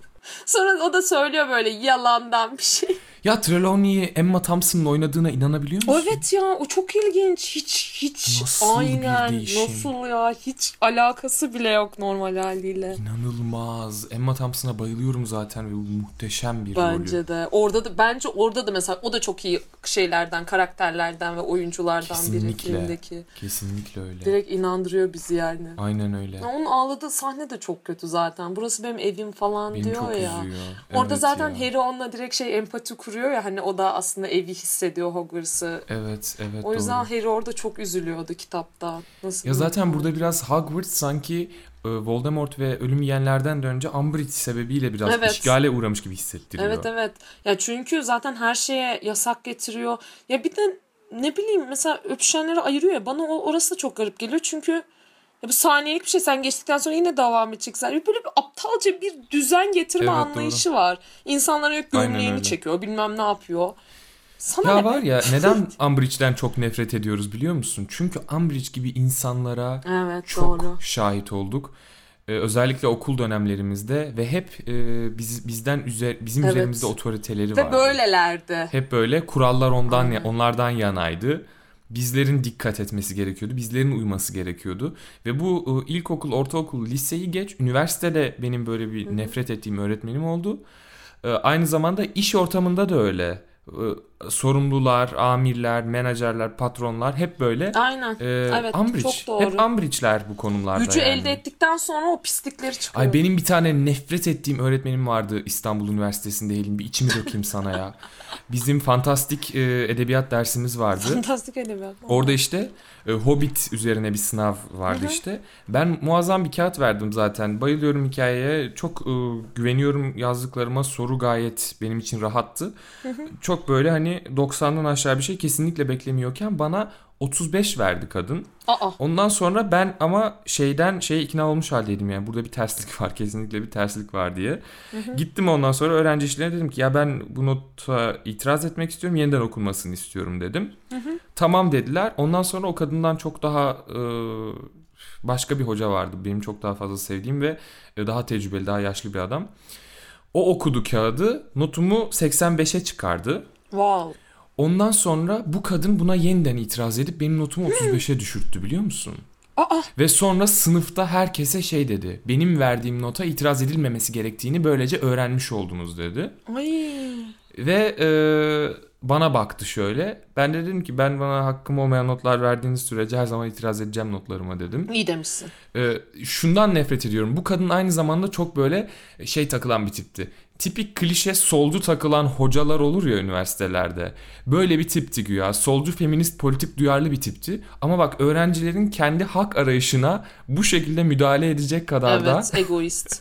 Sonra o da söylüyor böyle yalandan bir şey. Ya Trelawney'i Emma Thompson'ın oynadığına inanabiliyor musun? Evet ya, o çok ilginç. Hiç hiç Nasıl bir aynen değişim? nasıl ya, hiç alakası bile yok normal haliyle. İnanılmaz. Emma Thompson'a bayılıyorum zaten ve bu muhteşem bir rolü. Bence de. Orada da bence orada da mesela o da çok iyi şeylerden, karakterlerden ve oyunculardan biri Kesinlikle. filmdeki. Kesinlikle öyle. Direkt inandırıyor bizi yani. Aynen öyle. Ya onun ağladığı sahne de çok kötü zaten. Burası benim evim falan Beni diyor çok ya. üzüyor. Orada Evet zaten ya. Harry onunla direkt şey empati kuruyor ya, hani o da aslında evi hissediyor, Hogwarts'ı. Evet, evet O yüzden doğru. Harry orada çok üzülüyordu kitapta. Nasıl Ya zaten unuttum. burada biraz Hogwarts sanki e, Voldemort ve Ölüm Yiyenler'den de önce Umbridge sebebiyle biraz Evet. işgale uğramış gibi hissettiriyor. Evet evet. Ya çünkü zaten her şeye yasak getiriyor. Ya bir de ne bileyim, mesela öpüşenleri ayırıyor ya, bana o orası da çok garip geliyor çünkü ya bu saniyelik bir şey, sen geçtikten sonra yine devam edeceksin. Yani böyle bir aptalca bir düzen getirme Evet, anlayışı var. İnsanlara yok Aynen gömleğini öyle. çekiyor, bilmem ne yapıyor. Sana Ya ne var be? ya neden Umbridge'den çok nefret ediyoruz biliyor musun? Çünkü Umbridge gibi insanlara Evet çok doğru. şahit olduk. Ee, özellikle okul dönemlerimizde ve hep e, biz bizden üzer, bizim Evet. üzerimizde otoriteleri Ve vardı. böylelerdi. Hep böyle kurallar ondan Aynen. onlardan yanaydı. Bizlerin dikkat etmesi gerekiyordu. Bizlerin uyması gerekiyordu. Ve bu e, ilkokul, ortaokul, liseyi geç, üniversitede benim böyle bir nefret ettiğim öğretmenim oldu. E, aynı zamanda iş ortamında da öyle. E, sorumlular, amirler, menajerler, patronlar hep böyle Aynen. e, Evet, Umbridge. çok doğru. Hep Umbridge'ler bu konularda Gücü yani. elde ettikten sonra o pislikleri çıkıyor. Ay benim bir tane nefret ettiğim öğretmenim vardı İstanbul Üniversitesi'nde, Helin. Bir içimi dökeyim sana ya. Bizim fantastik e, edebiyat dersimiz vardı. Fantastik edebiyat. Orada işte e, Hobbit üzerine bir sınav vardı işte. Ben muazzam bir kağıt verdim zaten. Bayılıyorum hikayeye. Çok e, güveniyorum yazdıklarıma. Soru gayet benim için rahattı. Çok böyle hani doksandan aşağı bir şey kesinlikle beklemiyorken bana otuz beş verdi kadın. Aa. Ondan sonra ben ama şeyden şeye ikna olmuş haldeydim yani. Burada bir terslik var, kesinlikle bir terslik var diye. Gittim ondan sonra öğrenci işlerine, dedim ki ya ben bu nota itiraz etmek istiyorum, yeniden okunmasını istiyorum dedim. Tamam dediler. Ondan sonra o kadından çok daha e, başka bir hoca vardı. Benim çok daha fazla sevdiğim ve e, daha tecrübeli, daha yaşlı bir adam. O okudu kağıdı, notumu seksen beşe çıkardı. Wow. Ondan sonra bu kadın buna yeniden itiraz edip benim notumu otuz beşe düşürttü, biliyor musun? Aa. Ve sonra sınıfta herkese şey dedi. Benim verdiğim nota itiraz edilmemesi gerektiğini böylece öğrenmiş oldunuz dedi. Ay. Ve e, bana baktı şöyle. Ben de dedim ki ben bana hakkım olmayan notlar verdiğiniz sürece her zaman itiraz edeceğim notlarıma dedim. İyi demişsin. E, şundan nefret ediyorum. Bu kadın aynı zamanda çok böyle şey takılan bir tipti. Tipik klişe solcu takılan hocalar olur ya üniversitelerde. Böyle bir tipti güya. Solcu, feminist, politik duyarlı bir tipti. Ama bak, öğrencilerin kendi hak arayışına bu şekilde müdahale edecek kadar da... Evet, egoist.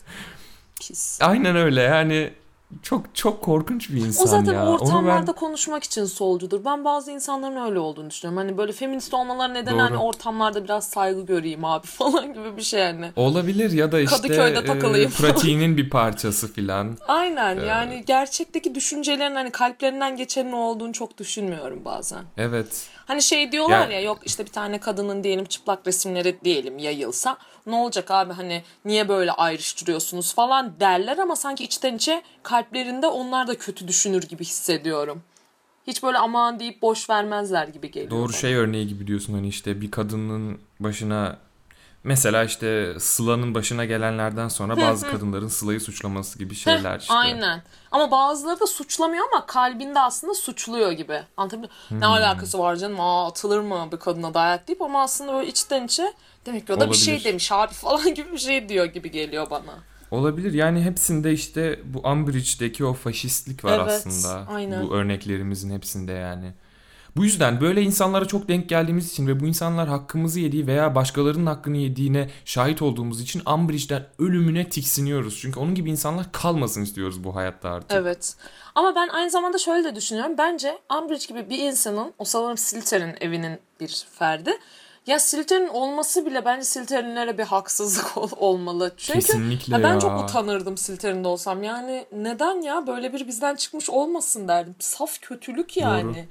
Pis. Aynen öyle yani. Çok çok korkunç bir insan O zaten ya. Onu ortamlarda ben... konuşmak için solcudur. Ben bazı insanların öyle olduğunu düşünüyorum. Hani böyle feminist olmaları neden Doğru. hani ortamlarda biraz saygı göreyim abi falan gibi bir şey yani. Olabilir ya da işte Kadıköy'de takılayım. e, pratiğinin bir parçası filan. Aynen yani gerçekteki düşüncelerin hani kalplerinden geçenin o olduğunu çok düşünmüyorum bazen. Evet. Hani şey diyorlar Ya- ya, yok işte bir tane kadının diyelim çıplak resimleri diyelim yayılsa ne olacak abi, hani niye böyle ayrıştırıyorsunuz falan derler ama sanki içten içe kalplerinde onlar da kötü düşünür gibi hissediyorum. Hiç böyle aman deyip boş vermezler gibi geliyor Doğru, bana. şey örneği gibi diyorsun, hani işte bir kadının başına Mesela işte Sıla'nın başına gelenlerden sonra bazı kadınların Sıla'yı suçlaması gibi şeyler işte. Aynen. Ama bazıları da suçlamıyor ama kalbinde aslında suçluyor gibi. Anlatabiliyor muyum? Hmm. Ne alakası var canım? Aa, atılır mı bir kadına dayak deyip ama aslında böyle içten içe demek ki o da bir şey Olabilir. demiş abi falan gibi bir şey diyor gibi geliyor bana. Olabilir. Yani hepsinde işte bu Umbridge'deki o faşistlik var Evet, aslında. aynen. Bu örneklerimizin hepsinde yani. Bu yüzden böyle insanlara çok denk geldiğimiz için ve bu insanlar hakkımızı yediği veya başkalarının hakkını yediğine şahit olduğumuz için Umbridge'den ölümüne tiksiniyoruz. Çünkü onun gibi insanlar kalmasın istiyoruz bu hayatta artık. Evet. Ama ben aynı zamanda şöyle de düşünüyorum. Bence Umbridge gibi bir insanın, o sanırım Slytherin evinin bir ferdi. Ya Slytherin olması bile bence Slytherinlere bir haksızlık ol- olmalı. Çünkü Kesinlikle ya ben ya. çok utanırdım Slytherin'de olsam. Yani neden ya böyle biri bizden çıkmış olmasın derdim. Saf kötülük yani. Doğru.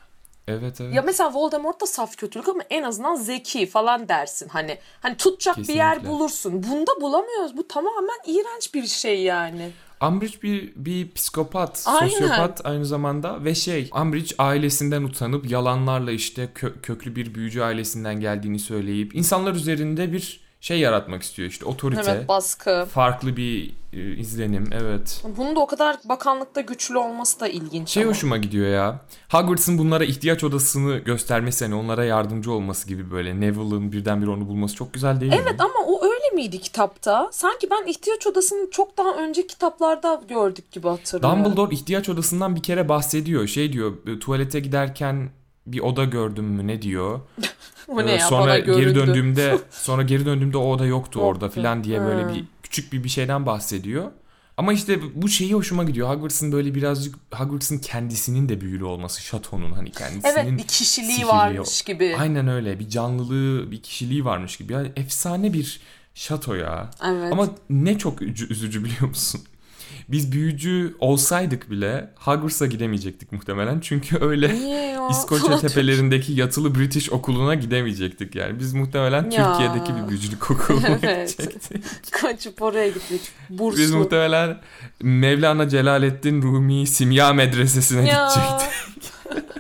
Evet evet. Ya mesela Voldemort da saf kötülük ama en azından zeki falan dersin. Hani hani tutacak bir yer Kesinlikle. bulursun. Bunda bulamıyoruz. Bu tamamen iğrenç bir şey yani. Umbridge bir, bir psikopat, Aynen. sosyopat aynı zamanda ve şey Umbridge ailesinden utanıp yalanlarla işte kö- köklü bir büyücü ailesinden geldiğini söyleyip insanlar üzerinde bir şey yaratmak istiyor işte otorite, Evet, baskı. farklı bir e, izlenim evet. Bunun da o kadar bakanlıkta güçlü olması da ilginç Şey ama. hoşuma gidiyor ya. Hogwarts'ın bunlara ihtiyaç odasını göstermesi hani onlara yardımcı olması gibi böyle Neville'ın birdenbire onu bulması çok güzel değil mi? Evet ama o öyle miydi kitapta? Sanki ben ihtiyaç odasını çok daha önceki kitaplarda gördük gibi hatırlıyorum. Dumbledore ihtiyaç odasından bir kere bahsediyor. Şey diyor tuvalete giderken bir oda gördüm mü ne diyor. O Ee, ne ya, sonra bana geri göründü. döndüğümde sonra geri döndüğümde o oda yoktu orada Yoktu. filan diye böyle Ha. bir küçük bir bir şeyden bahsediyor. Ama işte bu şeyi hoşuma gidiyor. Hogwarts'ın böyle birazcık Hogwarts'ın kendisinin de büyülü olması, şatonun hani kendisinin Evet, bir kişiliği sihirli. varmış gibi. Aynen öyle. Bir canlılığı, bir kişiliği varmış gibi. Yani efsane bir şato ya. Evet. Ama ne çok üzü- üzücü biliyor musun? Biz büyücü olsaydık bile Hogwarts'a gidemeyecektik muhtemelen. Çünkü öyle Niye ya? İskoçya tepelerindeki yatılı British okuluna gidemeyecektik yani. Biz muhtemelen Ya. Türkiye'deki bir büyücülük okuluna Evet. gidecektik. Kaçıp oraya gittik. Burslu. Biz muhtemelen Mevlana Celaleddin Rumi Simya Medresesi'ne Ya. gidecektik.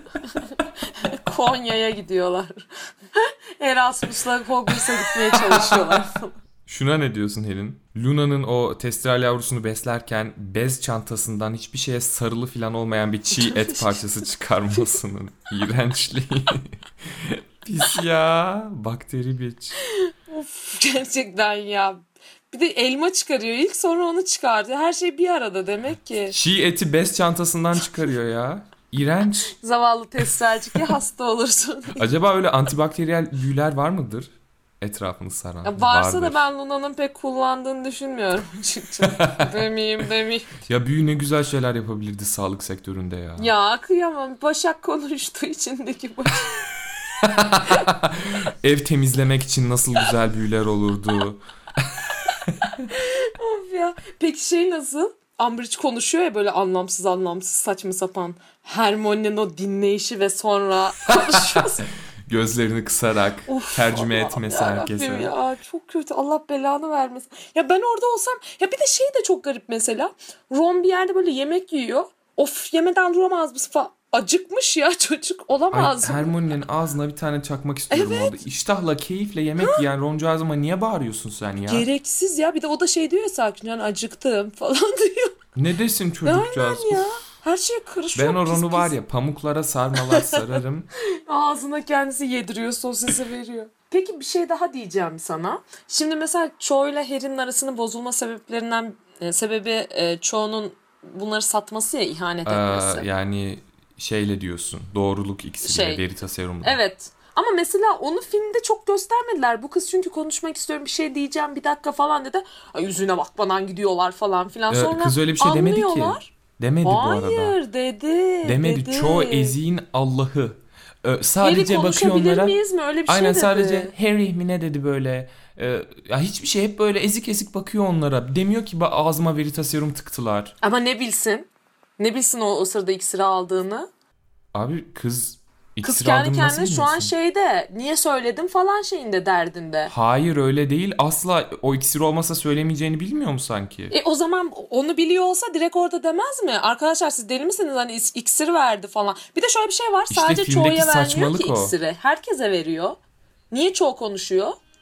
Konya'ya gidiyorlar. Erasmus'la Hogwarts'a gitmeye çalışıyorlar. Şuna ne diyorsun Helin? Luna'nın o testral yavrusunu beslerken bez çantasından hiçbir şeye sarılı falan olmayan bir çiğ et parçası çıkarmasının iğrençliği. Pis ya. Bakteri biç. Of, gerçekten ya. Bir de elma çıkarıyor ilk, sonra onu çıkardı. Her şey bir arada demek ki. Çiğ eti bez çantasından çıkarıyor ya. İğrenç. Zavallı testralcik ya, hasta olursun. Acaba öyle antibakteriyel büyüler var mıdır? Etrafını saran. Ya varsa Vardır. da ben Luna'nın pek kullandığını düşünmüyorum açıkçası. demeyeyim demeyeyim. Ya büyü ne güzel şeyler yapabilirdi sağlık sektöründe ya. Ya kıyamam. Başak konuştu içindeki Başak. Ev temizlemek için nasıl güzel büyüler olurdu. Of ya. Peki şey nasıl? Umbridge konuşuyor ya böyle anlamsız anlamsız saçma sapan. Hermione'nin o dinleyişi ve sonra konuşuyorsun. Gözlerini kısarak Of, tercüme Allah'ım etmesi yarabbim herkese. Ya çok kötü. Allah belanı vermesin. Ya ben orada olsam, ya bir de şey de çok garip mesela. Ron bir yerde böyle yemek yiyor. Of, yemeden duramaz mısın falan. Acıkmış ya çocuk, Ay, olamaz mı? Hermione'nin ağzına bir tane çakmak istiyorum orada. İştahla, keyifle yemek yiyen Roncağızıma niye bağırıyorsun sen ya? Gereksiz ya. Bir de o da şey diyor ya sakin, yani acıktım falan diyor. Ne desin çocukcağız? Aynen ya. Her şey karışıyor. Ben o pis Ron'u pis. var ya pamuklara sarmalar sararım. Ağzına kendisi yediriyor, sosisi veriyor. Peki bir şey daha diyeceğim sana. Şimdi mesela Cho ile Harry'nin arasının bozulma sebeplerinden e, sebebi e, Cho'nun bunları satması ya, ihanet etmesi. Ee, yani şeyle diyorsun. Doğruluk iksiriyle, Şey. Veritaserum'la. Evet. Ama mesela onu filmde çok göstermediler. Bu kız çünkü konuşmak istiyorum, bir şey diyeceğim, bir dakika falan dedi. Ay, yüzüne bakmadan gidiyorlar falan filan. Ee, Sonra kız öyle bir şey demedi ki. anlıyorlar. Demedi bu arada. Hayır dedi. Demedi. dedi. Çoğu eziğin Allah'ı. Ee, Harry sadece bakıyor konuşabilir onlara. miyiz mi? Öyle bir Aynen şey dedi. sadece Harry mi ne dedi böyle. Ee, ya hiçbir şey, hep böyle ezik ezik bakıyor onlara. Demiyor ki "Ba- ağzıma Veritaserum tıktılar." Ama ne bilsin? Ne bilsin o, o sırada iksiri aldığını? Abi kız Kız iksir kendi aldığını nasıl kendine şu an bilmiyorsun? şeyde, niye söyledim falan şeyinde, derdinde. Hayır öyle değil. Asla o iksir olmasa söylemeyeceğini bilmiyor mu sanki? E o zaman onu biliyor olsa direkt orada demez mi? Arkadaşlar siz deli misiniz? Hani is- iksir verdi falan. Bir de şöyle bir şey var. İşte Sadece filmdeki çoğuya vermiyor saçmalık ki o. iksiri. Herkese veriyor. Niye çoğu konuşuyor?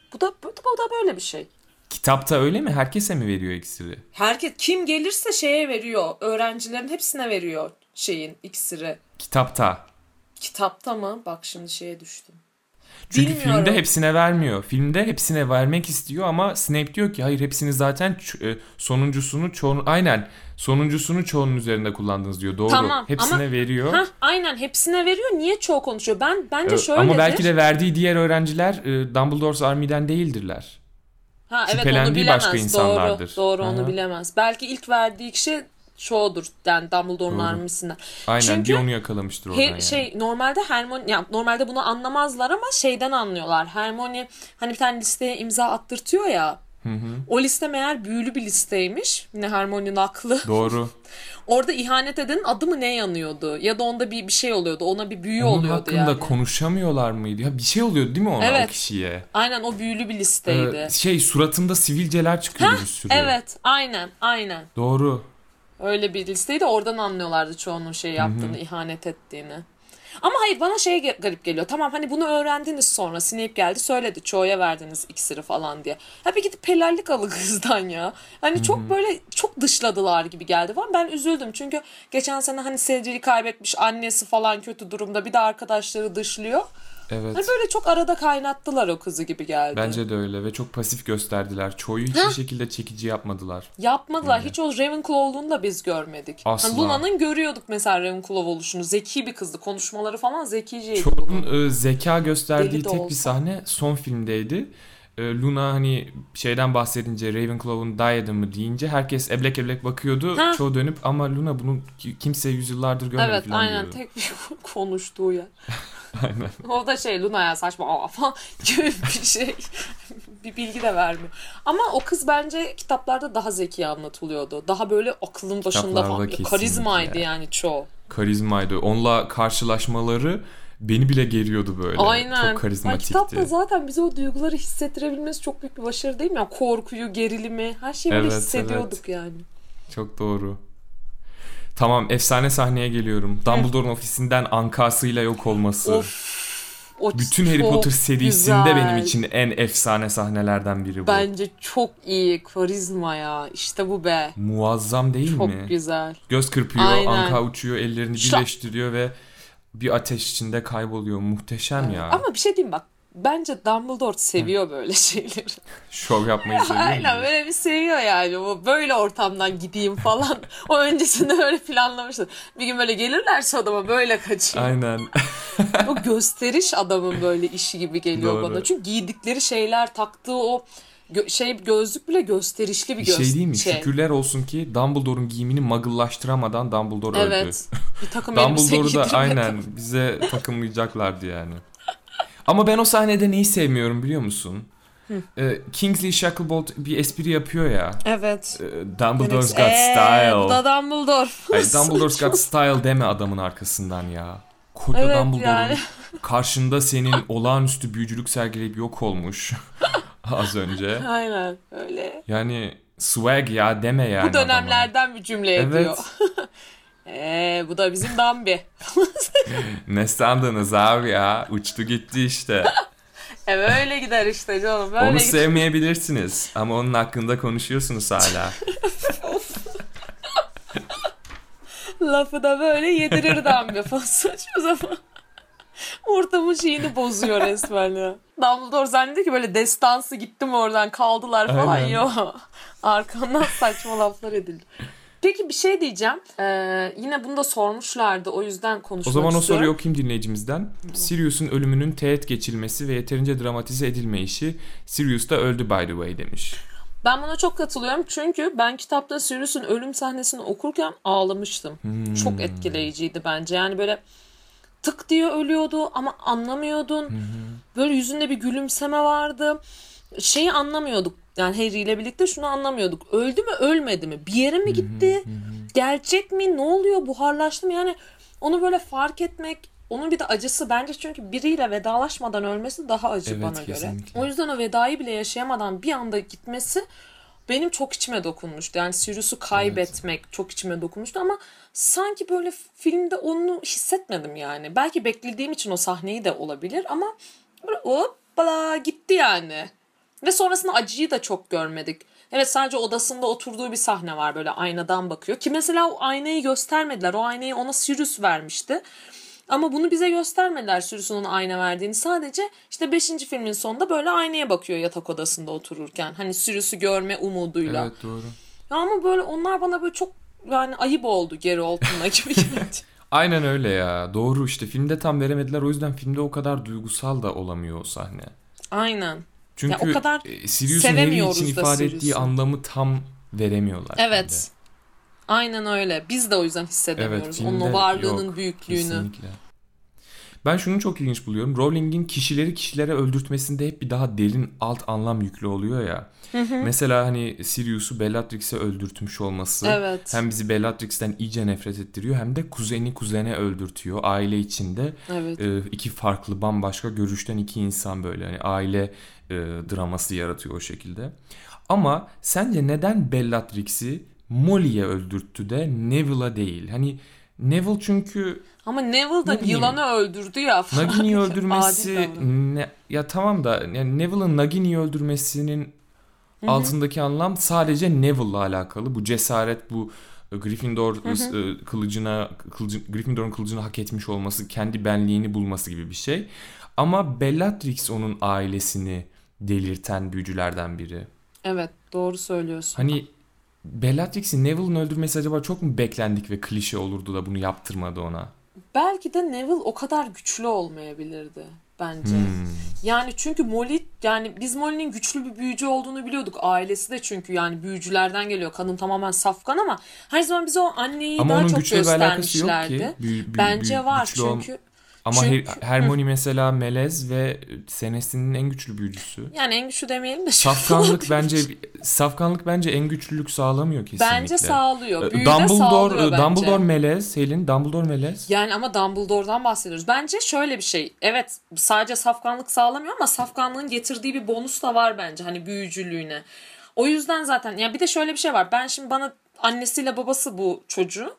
Bu da bu da böyle bir şey. Kitapta öyle mi? Herkese mi veriyor iksiri? Herkes kim gelirse şeye veriyor. Öğrencilerin hepsine veriyor şeyin iksiri. Kitapta. Kitapta mı? Bak şimdi şeye düştüm. Çünkü Bilmiyorum. filmde hepsine vermiyor. Filmde hepsine vermek istiyor ama Snape diyor ki hayır hepsini zaten ç- e, sonuncusunu çoğun aynen sonuncusunu çoğunun üzerinde kullandınız diyor. Doğru. Tamam, hepsine ama, veriyor. Heh, aynen hepsine veriyor. Niye çoğu konuşuyor? Ben bence Ee, şöyledir. ama belki de verdiği diğer öğrenciler e, Dumbledore's Army'den değildirler. Ha, evet, onu Şüphelendiği bilemez. başka insanlardır. Doğru, doğru, onu Aha. bilemez. Belki ilk verdiği kişi çoğudur. Yani Dumbledore'un Doğru. armisinden. Aynen Çünkü bir onu yakalamıştır oradan Her, yani. şey normalde Hermione yani normalde bunu anlamazlar ama şeyden anlıyorlar. Hermione hani bir tane listeye imza attırtıyor ya. Hı hı. O liste meğer büyülü bir listeymiş. Yine Hermione'nin aklı. Doğru. Orada ihanet edenin adı mı ne yanıyordu? Ya da onda bir bir şey oluyordu. Ona bir büyü Onun oluyordu hakkında yani. konuşamıyorlar mıydı? Ya bir şey oluyordu değil mi ona Evet. o kişiye? Aynen, o büyülü bir listeydi. Ee, şey suratında sivilceler çıkıyordu bir sürü. Evet, aynen, aynen. Doğru. Öyle bir listeydi, oradan anlıyorlardı çoğunun şey yaptığını, ihanet ettiğini. Ama hayır, bana şey ge- garip geliyor. Tamam, hani bunu öğrendiniz sonra. Snape geldi söyledi çoğuya verdiniz iksiri falan diye. Ha bir gidip helallik alın kızdan ya. Hani çok böyle çok dışladılar gibi geldi falan. Ben üzüldüm çünkü geçen sene hani Cedric'i kaybetmiş, annesi falan kötü durumda, bir de arkadaşları dışlıyor. Evet. Hani böyle çok arada kaynattılar o kızı gibi geldi. Bence de öyle ve çok pasif gösterdiler. Çoğu hiçbir şekilde çekici yapmadılar. Yapmadılar. Yani. Hiç o Ravenclaw olduğunu da biz görmedik. Asla. Hani Luna'nın görüyorduk mesela Ravenclaw oluşunu. Zeki bir kızdı. Konuşmaları falan zekiceydi. Çok Luna'nın. e, zeka gösterdiği Deli de tek bir olsa. sahne son filmdeydi. E, Luna hani şeyden bahsedince Ravenclaw'un diadem'ı deyince herkes eblek eblek bakıyordu. Ha. Çoğu dönüp ama Luna bunu ki- kimse yüzyıllardır görmedi Evet, falan aynen, diyordu. tek bir konuştuğu yer. Aynen. O da şey, Luna ya saçma falan gibi bir şey. Bir bilgi de vermiyor. Ama o kız bence kitaplarda daha zeki anlatılıyordu. Daha böyle aklın başında Kitaplarda falan. kesinlikle. Karizmaydı yani çoğu. Karizmaydı. Onunla karşılaşmaları beni bile geriyordu böyle. Aynen. Çok Ya karizmatikti. kitapta zaten bize o duyguları hissettirebilmesi çok büyük bir başarı değil mi? Yani korkuyu, gerilimi, her şeyi böyle Evet, hissediyorduk evet. yani. Çok doğru. Tamam, efsane sahneye geliyorum. Dumbledore'un ofisinden ankasıyla yok olması. Of. O Bütün Harry çok Potter serisinde güzel. benim için en efsane sahnelerden biri bu. Bence çok iyi. Karizma ya. İşte bu be. Muazzam değil Çok mi? güzel. Göz kırpıyor, Aynen. anka uçuyor, ellerini Şa- birleştiriyor ve bir ateş içinde kayboluyor. Muhteşem ya. Ama bir şey diyeyim bak. Bence Dumbledore seviyor böyle şeyleri. Şov yapmayı seviyor Aynen, mu? böyle bir seviyor yani. Bu böyle ortamdan gideyim falan. O öncesinde öyle planlamıştır. Bir gün böyle gelirlerse adama böyle kaçayım. Aynen. O gösteriş adamın böyle işi gibi geliyor Doğru. bana. Çünkü giydikleri şeyler, taktığı o gö- şey gözlük bile gösterişli bir Bir göz şey değil mi? Şükürler olsun ki Dumbledore'un giyimini muggle'laştıramadan Dumbledore öldü. Evet. Bir takım elbise Dumbledore'u da giydirmedi. aynen bize takımlayacaklardı yani. Ama ben o sahnede neyi sevmiyorum biliyor musun? Ee, Kingsley Shacklebolt bir espri yapıyor ya. Evet. Ee, Dumbledore's got Eee, style. bu da Dumbledore. Ay, Dumbledore's got style deme adamın arkasından ya. Koca Evet, Dumbledore'un yani. karşında senin olağanüstü büyücülük sergileyip yok olmuş az önce. Aynen öyle. Yani swag ya deme yani Bu dönemlerden bir cümle adama. ediyor. Evet. Eee bu da bizim Dambi. Ne sandınız abi ya? Uçtu gitti işte. E böyle gider işte canım. Böyle Onu gider. sevmeyebilirsiniz ama onun hakkında konuşuyorsunuz hala. Lafı da böyle yedirir Dambi falan, saçma zaman. Ortamın şeyini bozuyor resmen ya. Dumbledore zannediyor ki böyle destansı gittim oradan kaldılar falan. Aynen. Yo. Arkamdan saçma laflar edildi. Peki bir şey diyeceğim. Ee, yine bunu da sormuşlardı. O yüzden konuşmak O zaman o istiyorum. soruyu okuyayım dinleyicimizden. Sirius'un ölümünün teğet geçilmesi ve yeterince dramatize edilmeyişi. Sirius da öldü by the way demiş. Ben buna çok katılıyorum. Çünkü ben kitapta Sirius'un ölüm sahnesini okurken ağlamıştım. Hmm. Çok etkileyiciydi bence. Yani böyle tık diye ölüyordu ama anlamıyordun. Böyle yüzünde bir gülümseme vardı. Şeyi anlamıyorduk. Yani Harry ile birlikte şunu anlamıyorduk. Öldü mü ölmedi mi? Bir yere mi gitti? Gerçek mi? Ne oluyor? Buharlaştı mı? Yani onu böyle fark etmek, onun bir de acısı bence, çünkü biriyle vedalaşmadan ölmesi daha acı Evet, bana kesinlikle. göre. O yüzden o vedayı bile yaşayamadan bir anda gitmesi benim çok içime dokunmuştu. Yani Sirius'u kaybetmek evet. çok içime dokunmuştu ama sanki böyle filmde onu hissetmedim yani. Belki beklediğim için o sahneyi de olabilir ama böyle hoppala gitti yani. Ve sonrasında acıyı da çok görmedik. Evet, sadece odasında oturduğu bir sahne var, böyle aynadan bakıyor. Ki mesela o aynayı göstermediler. O aynayı ona Sirius vermişti. Ama bunu bize göstermediler, Sirius'un ayna verdiğini. Sadece işte beşinci filmin sonunda böyle aynaya bakıyor yatak odasında otururken. Hani Sirius'u görme umuduyla. Evet, doğru. Ya ama böyle onlar bana böyle çok yani ayıp oldu Gary Oldman'a gibi geldi. Aynen öyle ya. Doğru, işte filmde tam veremediler. O yüzden filmde o kadar duygusal da olamıyor o sahne. Aynen. Çünkü ya o kadar Sirius'un Harry için ifade Sirius'u. ettiği anlamı tam veremiyorlar. Evet. Filmde. Aynen öyle. Biz de o yüzden hissedemiyoruz. Evet, onun o varlığının yok, büyüklüğünü. Kesinlikle. Ben şunu çok ilginç buluyorum. Rowling'in kişileri kişilere öldürtmesinde hep bir daha derin alt anlam yüklü oluyor ya. Hı hı. Mesela hani Sirius'u Bellatrix'e öldürtmüş olması evet. hem bizi Bellatrix'ten iyice nefret ettiriyor hem de kuzeni kuzene öldürtüyor. Aile içinde evet. e, iki farklı bambaşka görüşten iki insan böyle hani aile e, draması yaratıyor o şekilde. Ama sence neden Bellatrix'i Molly'ye öldürttü de Neville'a değil? Hani Neville çünkü... Ama Neville da yılanı öldürdü ya. Nagini'yi öldürmesi... ne, ya tamam da yani Neville'ın Nagini'yi öldürmesinin Hı-hı. altındaki anlam sadece Neville'la alakalı. Bu cesaret, bu Gryffindor Hı-hı. kılıcına, kılıcı, Gryffindor'un kılıcını hak etmiş olması, kendi benliğini bulması gibi bir şey. Ama Bellatrix onun ailesini delirten büyücülerden biri. Evet, doğru söylüyorsun. Hani Bellatrix'i Neville'ın öldürmesi acaba çok mu beklendik ve klişe olurdu da bunu yaptırmadı ona? Belki de Neville o kadar güçlü olmayabilirdi bence. Hmm. Yani çünkü Molly, yani biz Molly'nin güçlü bir büyücü olduğunu biliyorduk. Ailesi de çünkü yani büyücülerden geliyor. Kadın tamamen safkan ama her zaman bize o anneyi ama daha çok göstermişlerdi. Ama onun güçle bir alakası yok ki. Büyü, büyü, bence büyü, var çünkü... Ol... Ama Çünkü... Hermione mesela melez ve senesinin en güçlü büyücüsü. Yani en güçlü demeyelim de. Safkanlık bence safkanlık bence en güçlülük sağlamıyor kesinlikle. Bence sağlıyor. Büyü Dumbledore, de sağlıyor bence. Dumbledore melez. Selin, Dumbledore melez. Yani ama Dumbledore'dan bahsediyoruz. Bence şöyle bir şey. Evet, sadece safkanlık sağlamıyor ama safkanlığın getirdiği bir bonus da var bence. Hani büyücülüğüne. O yüzden zaten ya bir de şöyle bir şey var. Ben şimdi bana annesiyle babası bu çocuğun.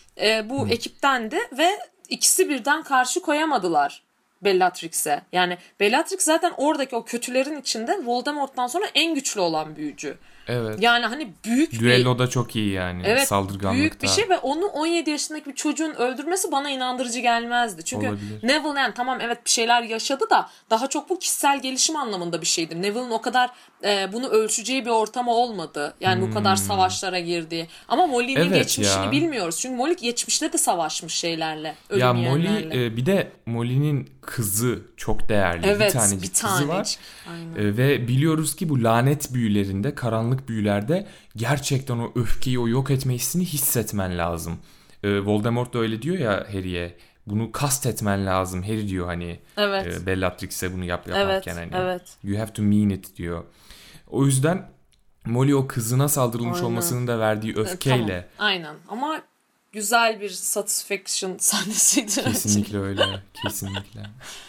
E, bu hmm. ekiptendi ve İkisi birden karşı koyamadılar Bellatrix'e. Yani Bellatrix zaten oradaki o kötülerin içinde Voldemort'tan sonra en güçlü olan büyücü. Evet. Yani hani büyük bir... Düelloda çok iyi yani. Evet, saldırganlıkta. Büyük bir şey ve onu on yedi yaşındaki bir çocuğun öldürmesi bana inandırıcı gelmezdi. Çünkü Olabilir. Neville yani tamam evet bir şeyler yaşadı da daha çok bu kişisel gelişim anlamında bir şeydir. Neville'ın o kadar e, bunu ölçeceği bir ortamı olmadı. Yani hmm. bu kadar savaşlara girdiği. Ama Molly'nin evet geçmişini ya. bilmiyoruz. Çünkü Molly geçmişte de savaşmış şeylerle. Ya Molly e, bir de Molly'nin kızı çok değerli. Evet, bir tanecik bir kızı tanecik. var. E, ve biliyoruz ki bu lanet büyülerinde, karanlık büyülerde gerçekten o öfkeyi, o yok etme hissini hissetmen lazım. E, Voldemort da öyle diyor ya Harry'e. Bunu kastetmen lazım. Harry diyor hani evet. e, Bellatrix'e bunu yap yaparken evet, hani. Evet. You have to mean it diyor. O yüzden Molly o kızına saldırılmış Aynen. olmasının da verdiği öfkeyle. Tamam. Aynen ama güzel bir satisfaction sahnesiydi. Kesinlikle öyle. Kesinlikle.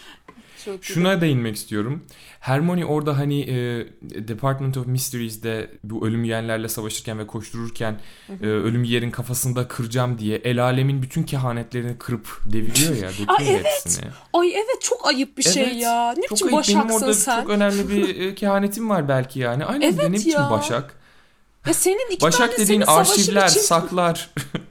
Şuna değinmek istiyorum. Hermione orada hani e, Department of Mysteries'de bu ölüm yiyenlerle savaşırken ve koştururken e, ölüm yiyenin kafasında kıracağım diye el alemin bütün kehanetlerini kırıp deviriyor ya. Ay evet. Hepsini. Ay evet çok ayıp bir evet, şey ya. Ne biçim başaksın Benim orada sen? çok önemli bir e, kehanetim var belki yani. Aynen evet ne biçim başak. Ya senin iki başak tane dediğin arşivler, için... saklar.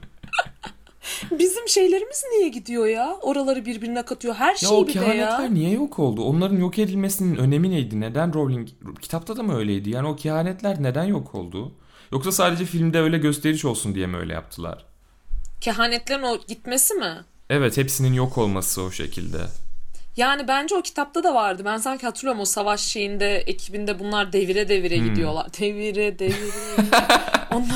Bizim şeylerimiz niye gidiyor ya? Oraları birbirine katıyor. Her şey ya bir de ya. O kehanetler niye yok oldu? Onların yok edilmesinin önemi neydi? Neden Rowling... Kitapta da mı öyleydi? Yani o kehanetler neden yok oldu? Yoksa sadece filmde öyle gösteriş olsun diye mi öyle yaptılar? Kehanetlerin o gitmesi mi? Evet, hepsinin yok olması o şekilde. Yani bence o kitapta da vardı. Ben sanki hatırlıyorum o savaş şeyinde, ekibinde bunlar devire devire hmm. gidiyorlar. Devire devire. Ondan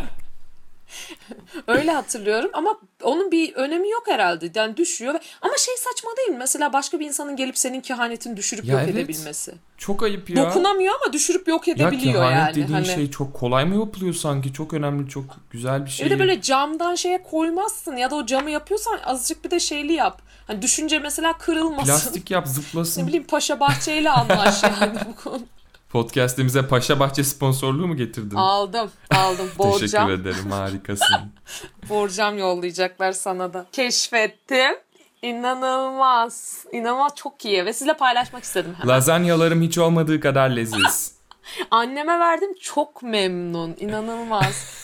öyle hatırlıyorum ama onun bir önemi yok herhalde. Yani düşüyor. Ama şey saçma değil mi? Mesela başka bir insanın gelip senin kehanetini düşürüp ya yok evet. edebilmesi. Çok ayıp ya. Dokunamıyor ama düşürüp yok edebiliyor ya yani. Ya kehanet dediğin hani... şey çok kolay mı yapılıyor sanki? Çok önemli, çok güzel bir şey. Bir de böyle camdan şeye koymazsın ya da o camı yapıyorsan azıcık bir de şeyli yap. Hani düşünce mesela kırılmasın. Plastik yap, zıplasın. Ne bileyim Paşa Bahçe'yle anlaş yani bu konu. Podcast'imize Paşa Bahçe sponsorluğu mu getirdin? Aldım, aldım. Borcam. Teşekkür ederim, harikasın. Borcam yollayacaklar sana da. Keşfettim. İnanılmaz. İnanılmaz çok iyi ve sizle paylaşmak istedim hemen. Lazanyalarım hiç olmadığı kadar leziz. Anneme verdim, çok memnun. İnanılmaz.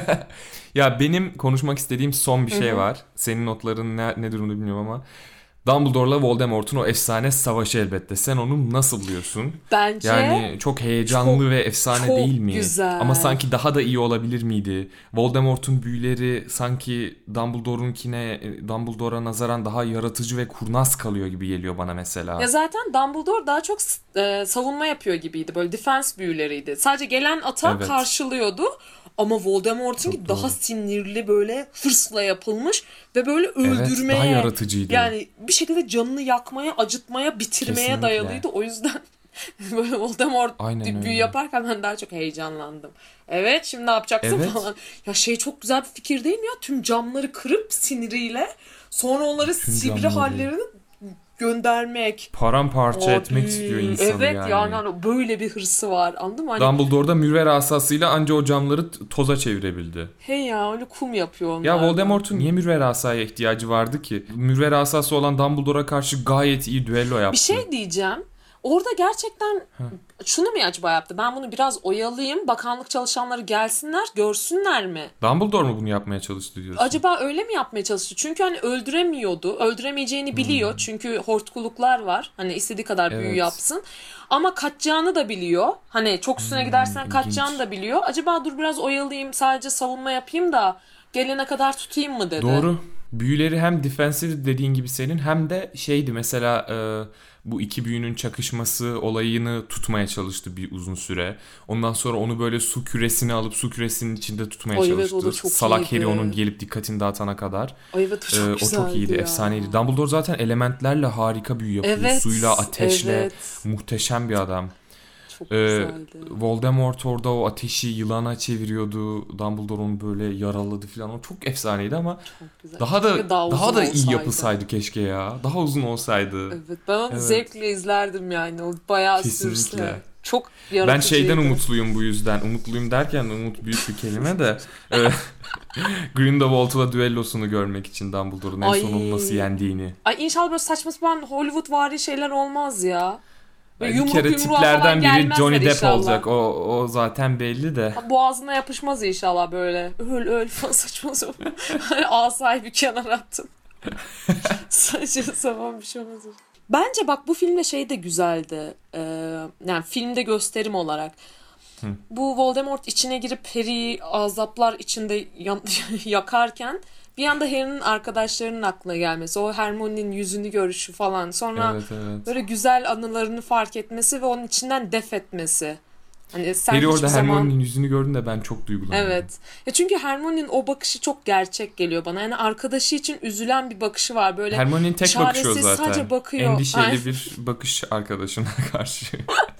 Ya benim konuşmak istediğim son bir Hı şey hı. var. Senin notların ne, ne durumda bilmiyorum ama. Dumbledore'la Voldemort'un o efsane savaşı elbette. Sen onu nasıl buluyorsun? Bence Yani çok çok heyecanlı ve efsane çok değil mi? Ama güzel. sanki daha da iyi olabilir miydi? Voldemort'un büyüleri sanki Dumbledore'unkine, Dumbledore'a nazaran daha yaratıcı ve kurnaz kalıyor gibi geliyor bana Ya mesela. zaten Dumbledore daha çok e, savunma yapıyor gibiydi. Böyle defense büyüleriydi. Sadece gelen atağı Evet, karşılıyordu. Ama çok Voldemort'unki daha doğru. sinirli, böyle hırsla yapılmış ve böyle Evet, daha öldürmeye, yaratıcıydı. yani bir şekilde canını yakmaya, acıtmaya, bitirmeye Kesinlikle. dayalıydı. O yüzden böyle Voldemort Aynen büyü öyle. yaparken ben daha çok heyecanlandım. Evet, şimdi ne yapacaksın Evet, falan. Ya şey, çok güzel bir fikir değil mi ya? Tüm camları kırıp siniriyle sonra onları bütün sivri camları hallerini göndermek. paramparça etmek istiyor Abi insanı evet, yani yani. hani böyle bir hırsı var, anladın mı? Hani Dumbledore da mürver asasıyla anca o camları t- toza çevirebildi. hey ya, öyle kum yapıyor Ya onlar da. Voldemort'un niye mürver asaya ihtiyacı vardı ki? Mürver asası olan Dumbledore'a karşı gayet iyi düello Bir yaptı. şey diyeceğim. Orada gerçekten Heh. şunu mu acaba yaptı? Ben bunu biraz oyalayayım. Bakanlık çalışanları gelsinler, görsünler mi? Dumbledore mu bunu yapmaya çalıştı diyorsun? Acaba öyle mi yapmaya çalıştı? Çünkü hani öldüremiyordu. Öldüremeyeceğini biliyor. Hmm. Çünkü hortkuluklar var. Hani istediği kadar büyü Evet. yapsın. Ama kaçacağını da biliyor. Hani çok üstüne Hmm, gidersen kaçacağını ilginç. da biliyor. Acaba dur biraz oyalayayım, sadece savunma yapayım da gelene kadar tutayım mı dedi. Doğru. Büyüleri hem defensive dediğin gibi senin hem de şeydi mesela e, bu iki büyünün çakışması olayını tutmaya çalıştı bir uzun süre. Ondan sonra onu böyle su küresine alıp su küresinin içinde tutmaya Ay evet, o çalıştı. da çok Salak Harry onun iyiydi. gelip dikkatini dağıtana kadar. Ay evet, o E, çok o çok güzeldi iyiydi, ya. efsaneydi. Dumbledore zaten elementlerle harika büyü yapıyor. Suyla, Evet, ateşle evet. muhteşem bir adam. Çok Ee, güzeldi. Voldemort orada o ateşi yılana çeviriyordu. Dumbledore onu böyle yaraladı falan. O çok efsaneydi ama Çok güzel. daha da Keşke daha daha uzun da iyi olsaydı. yapılsaydı keşke ya. Daha uzun olsaydı. Evet, ben onu Evet, zevkle izlerdim yani. O bayağı sürse. kesinlikle. Çok Ben şeyden yaratıcıydı. umutluyum bu yüzden. Umutluyum derken umut büyük bir kelime de. e, Grindelwald'la düellosunu görmek için Dumbledore'un en son onu nasıl Ay. yendiğini. Ay inşallah böyle saçma sapan Hollywood-vari şeyler olmaz ya. Böyle Ay, bir yumruk kere yumruğa falan tiplerden biri gelmezler Johnny Depp inşallah. olacak. O, o zaten belli de. Ha, boğazına yapışmaz inşallah böyle. Öl öl falan, saçma sapan. Hani asayı bir kenara attım. Saçma sapan bir şey olmaz. Bence bak, bu filmde şey de güzeldi. Ee, yani filmde gösterim olarak. Hı. Bu Voldemort içine girip Harry'i azaplar içinde yan- yakarken bir anda Harry'nin arkadaşlarının aklına gelmesi, o Hermione'nin yüzünü görüşü falan, sonra Evet, evet. böyle güzel anılarını fark etmesi ve onun içinden def etmesi. Hani sen Harry hiçbir orada zaman, Hermione'nin yüzünü gördüğünde ben çok duygulandım. evet. Ya çünkü Hermione'nin o bakışı çok gerçek geliyor bana. Yani arkadaşı için üzülen bir bakışı var. Böyle Hermione'nin tek bakışı o çaresiz zaten. sadece bakıyor. Ay. Endişeli bir bakış arkadaşına karşı.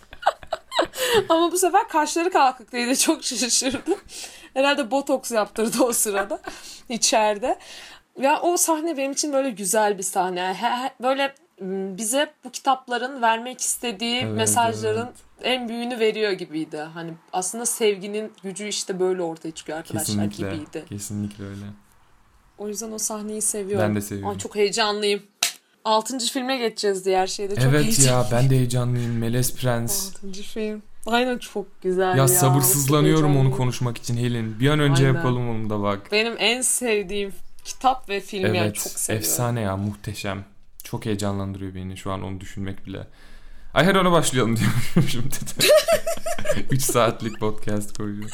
Ama bu sefer kaşları kalkık değildi. Çok şaşırdım. Herhalde botoks yaptırdı o sırada içeride. Ya o sahne benim için böyle güzel bir sahne. Yani he- he- böyle m, bize bu kitapların vermek istediği Evet, mesajların evet. en büyüğünü veriyor gibiydi. Hani aslında sevginin gücü işte böyle ortaya çıkıyor arkadaşlar Kesinlikle. gibiydi. Kesinlikle öyle. O yüzden o sahneyi Ben seviyorum. de Ay, seviyorum. çok heyecanlıyım. Altıncı filme geçeceğiz diğer şeyde. Çok Evet heyecanlıyım. ya, ben de heyecanlıyım. Melez Prens. Altıncı film. Aynen, çok güzel Ya ya. Çok sabırsızlanıyorum onu heyecanlıyım. konuşmak için Helin. Bir an önce Aynen. yapalım onu da bak. Benim en sevdiğim kitap ve film, yani çok Evet, seviyorum. efsane ya, muhteşem. Çok heyecanlandırıyor beni şu an onu düşünmek bile. Ay hadi ona başlayalım diyorum şimdi de. üç saatlik podcast koyuyoruz.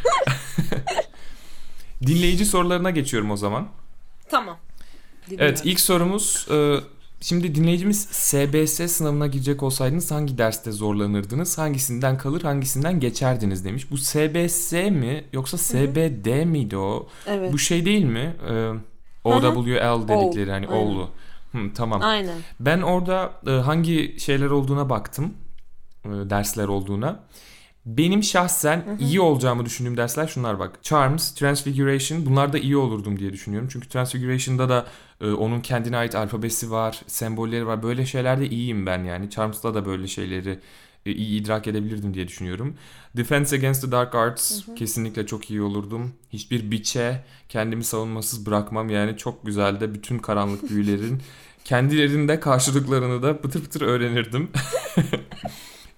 Dinleyici sorularına geçiyorum o zaman. Tamam. Evet, Dinliyorum. ilk sorumuz e, şimdi dinleyicimiz S B S sınavına girecek olsaydınız hangi derste zorlanırdınız? Hangisinden kalır, hangisinden geçerdiniz demiş. Bu S B S mi yoksa S B D miydi o? Evet. Bu şey değil mi? E, Hı O hı. W L dedikleri hani Aynen. O'lu. Hı, tamam. Aynen. Ben orada e, hangi şeyler olduğuna baktım. E, dersler olduğuna. Benim şahsen Hı hı. iyi olacağımı düşündüğüm dersler şunlar bak. Charms, Transfiguration, bunlarda iyi olurdum diye düşünüyorum. Çünkü Transfiguration'da da e, onun kendine ait alfabesi var, sembolleri var. Böyle şeylerde iyiyim ben yani. Charms'da da böyle şeyleri e, iyi idrak edebilirdim diye düşünüyorum. Defense Against the Dark Arts Hı hı. kesinlikle çok iyi olurdum. Hiçbir biçe kendimi savunmasız bırakmam. Yani çok güzel de bütün karanlık büyülerin kendilerinde karşılıklarını da pıtır pıtır öğrenirdim.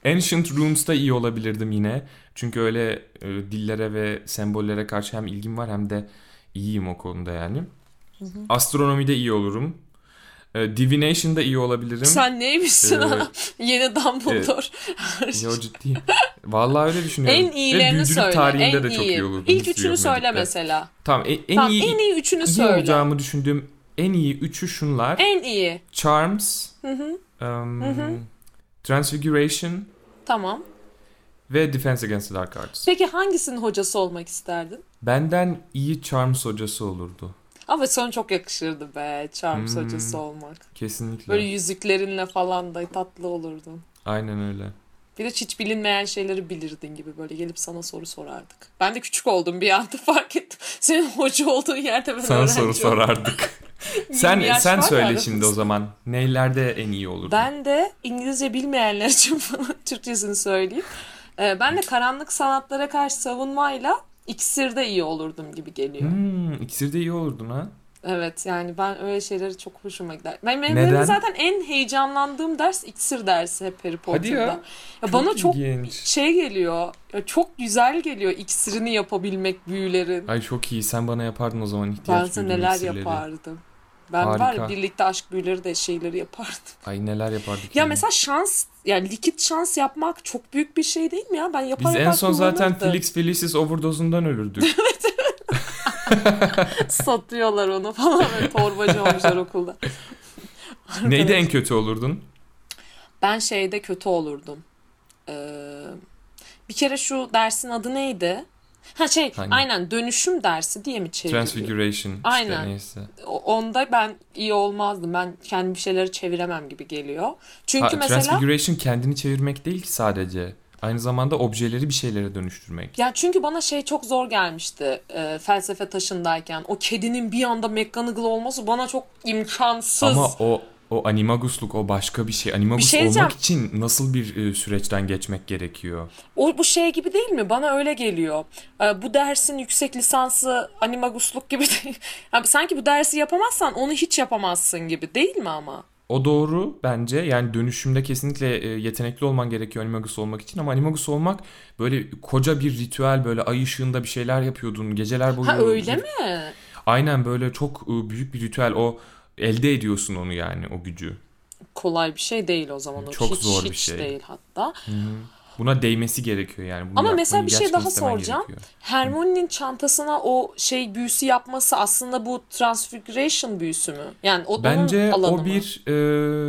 Ancient Runes'da iyi olabilirdim yine. Çünkü öyle e, dillere ve sembollere karşı hem ilgim var hem de iyiyim o konuda yani. Hı hı. Astronomide iyi olurum. E, Divination'da iyi olabilirim. Sen neymişsin Ee, ha? Yeni Dumbledore. E, yo ciddi. Vallahi öyle düşünüyorum. En iyilerini söyle. tarihinde En de çok iyi. iyi olurdum. İlk üçünü söyle mesela. Tamam en, en tamam, iyi en iyi üçünü iyi söyle. olacağımı düşündüğüm en iyi üçü şunlar. En iyi. Charms. Hı hı. Um, Hı hı. Transfiguration. Tamam. Ve Defense Against the Dark Arts. Peki hangisinin hocası olmak isterdin? Benden iyi Charms hocası olurdu. Ama sana çok yakışırdı be Charms Hmm, hocası olmak. Kesinlikle. Böyle yüzüklerinle falan da tatlı olurdun. Aynen öyle. Bir de hiç bilinmeyen şeyleri bilirdin gibi böyle gelip sana soru sorardık. Ben de küçük oldum bir anda fark ettim. Senin hoca olduğun yerde ben sana öğrenci soru sorardık. sen sen söyle şimdi o zaman. Neylerde en iyi olurdun? Ben de İngilizce bilmeyenler için falan Türkçesini söyleyeyim. Ee, ben de karanlık sanatlara karşı savunmayla iksirde iyi olurdum gibi geliyor. Hmm, iksirde iyi olurdun ha. Evet yani ben öyle şeyleri çok hoşuma gider. Ben, benim, Neden? benim zaten en heyecanlandığım ders iksir dersi hep Harry Potter'da. Hadi ya. Ya Çok bana çok ilginç. şey geliyor. Ya çok güzel geliyor iksirini yapabilmek büyülerin. Ay çok iyi. Sen bana yapardın o zaman ihtiyaç Ben sana duyduğum neler iksirleri. yapardım. Ben Harika. var ya birlikte aşk büyüleri de şeyleri yapardım. Ay neler yapardık. Ya yani. mesela şans yani likit şans yapmak çok büyük bir şey değil mi ya? Ben yapar Biz yapar en son zaten kullanırdım. Felix Felicis overdozundan ölürdük. Satıyorlar onu falan. Böyle torbacı olmuşlar okulda. Neydi en kötü olurdun? Ben şeyde kötü olurdum. Ee, bir kere şu dersin adı neydi? Ha şey Hangi? aynen dönüşüm dersi diye mi çeviriyor? Transfiguration. Aynen. İşte neyse. O- Onda ben iyi olmazdım. Ben kendi bir şeyleri çeviremem gibi geliyor. Çünkü Ha, mesela Transfiguration kendini çevirmek değil ki sadece. Aynı zamanda objeleri bir şeylere dönüştürmek. ya çünkü bana şey çok zor gelmişti e, felsefe taşındayken. O kedinin bir anda McGonagall olması bana çok imkansız. Ama o o animagusluk o başka bir şey. Animagus Bir şey olmak diyeceğim. için nasıl bir e, süreçten geçmek gerekiyor? O bu şey gibi değil mi? Bana öyle geliyor. E, bu dersin yüksek lisansı animagusluk gibi değil. Yani sanki bu dersi yapamazsan onu hiç yapamazsın gibi değil mi ama? O doğru bence. Yani dönüşümde kesinlikle e, yetenekli olman gerekiyor animagus olmak için. Ama animagus olmak böyle koca bir ritüel, böyle ay ışığında bir şeyler yapıyordun. Geceler boyu. Ha öyle bir- mi? Aynen böyle çok e, büyük bir ritüel. O elde ediyorsun onu yani o gücü. Kolay bir şey değil o zaman. O Çok hiç, zor bir hiç şey. değil hatta. Buna değmesi gerekiyor yani. Bunu Ama yapmayı mesela bir şey gerçekten daha istemen soracağım. gerekiyor. Hermione'nin çantasına o şey büyüsü yapması aslında bu Transfiguration büyüsü mü? Yani o, Bence onun alanı o mı? bir e,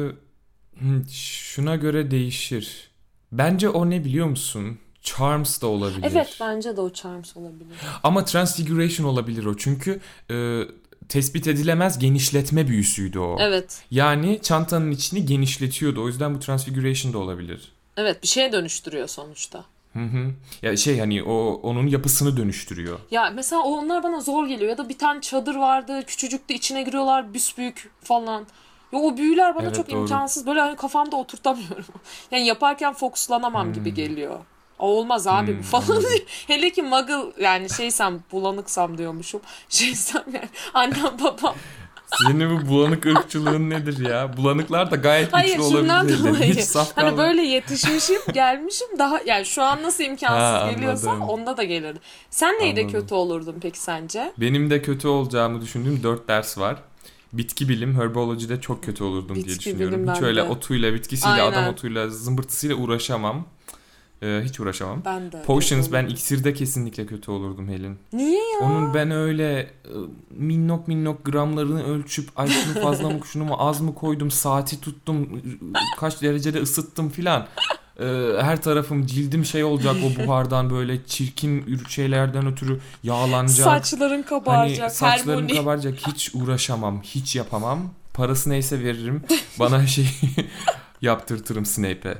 hmm, şuna göre değişir. Bence o ne biliyor musun? Charms da olabilir. Evet bence de o Charms olabilir. Ama Transfiguration olabilir o. Çünkü e, tespit edilemez genişletme büyüsüydü o. Evet. Yani çantanın içini genişletiyordu. O yüzden bu Transfiguration da olabilir. Evet bir şeye dönüştürüyor sonuçta. Hı hı. Ya şey hani o onun yapısını dönüştürüyor. Ya mesela onlar bana zor geliyor. Ya da bir tane çadır vardı. Küçücük de içine giriyorlar büsbüyük falan. Ya o büyüler bana Evet, çok doğru. imkansız. Böyle hani kafamda oturtamıyorum. Yani yaparken fokuslanamam gibi geliyor. O olmaz abi bu Hmm, falan. anladım. Hele ki muggle yani şeysem bulanıksam diyormuşum. Şeysem yani annem babam. Senin bu bulanık ırkçılığın nedir ya? Bulanıklar da gayet Hayır güçlü şundan olabilir. dolayı. Hiç saf Hani kalma. böyle yetişmişim gelmişim daha yani şu an nasıl imkansız Ha, geliyorsa anladım. onda da gelirdi. Sen neyde Anladım. kötü olurdun peki sence? Benim de kötü olacağımı düşündüğüm dört ders var. Bitki bilim, herbology'de çok kötü olurdum diye Bitki düşünüyorum. bilim Hiç ben öyle de. otuyla, bitkisiyle, Aynen. adam otuyla, zımbırtısıyla uğraşamam. Ee, hiç uğraşamam. Ben de. Potions, kötü ben olurdum. iksirde kesinlikle kötü olurdum Helin. Niye ya? Onun ben öyle e, minnok minnok gramlarını ölçüp ay şunu fazla mı şunu mu az mı koydum, saati tuttum, kaç derecede ısıttım filan. Ee, her tarafım cildim şey olacak o buhardan, böyle çirkin şeylerden ötürü yağlanacak. Saçların kabaracak. Hani saçlarım Hermione. kabaracak, hiç uğraşamam, hiç yapamam. Parası neyse veririm. Bana şey yaptırtırım Snape'e.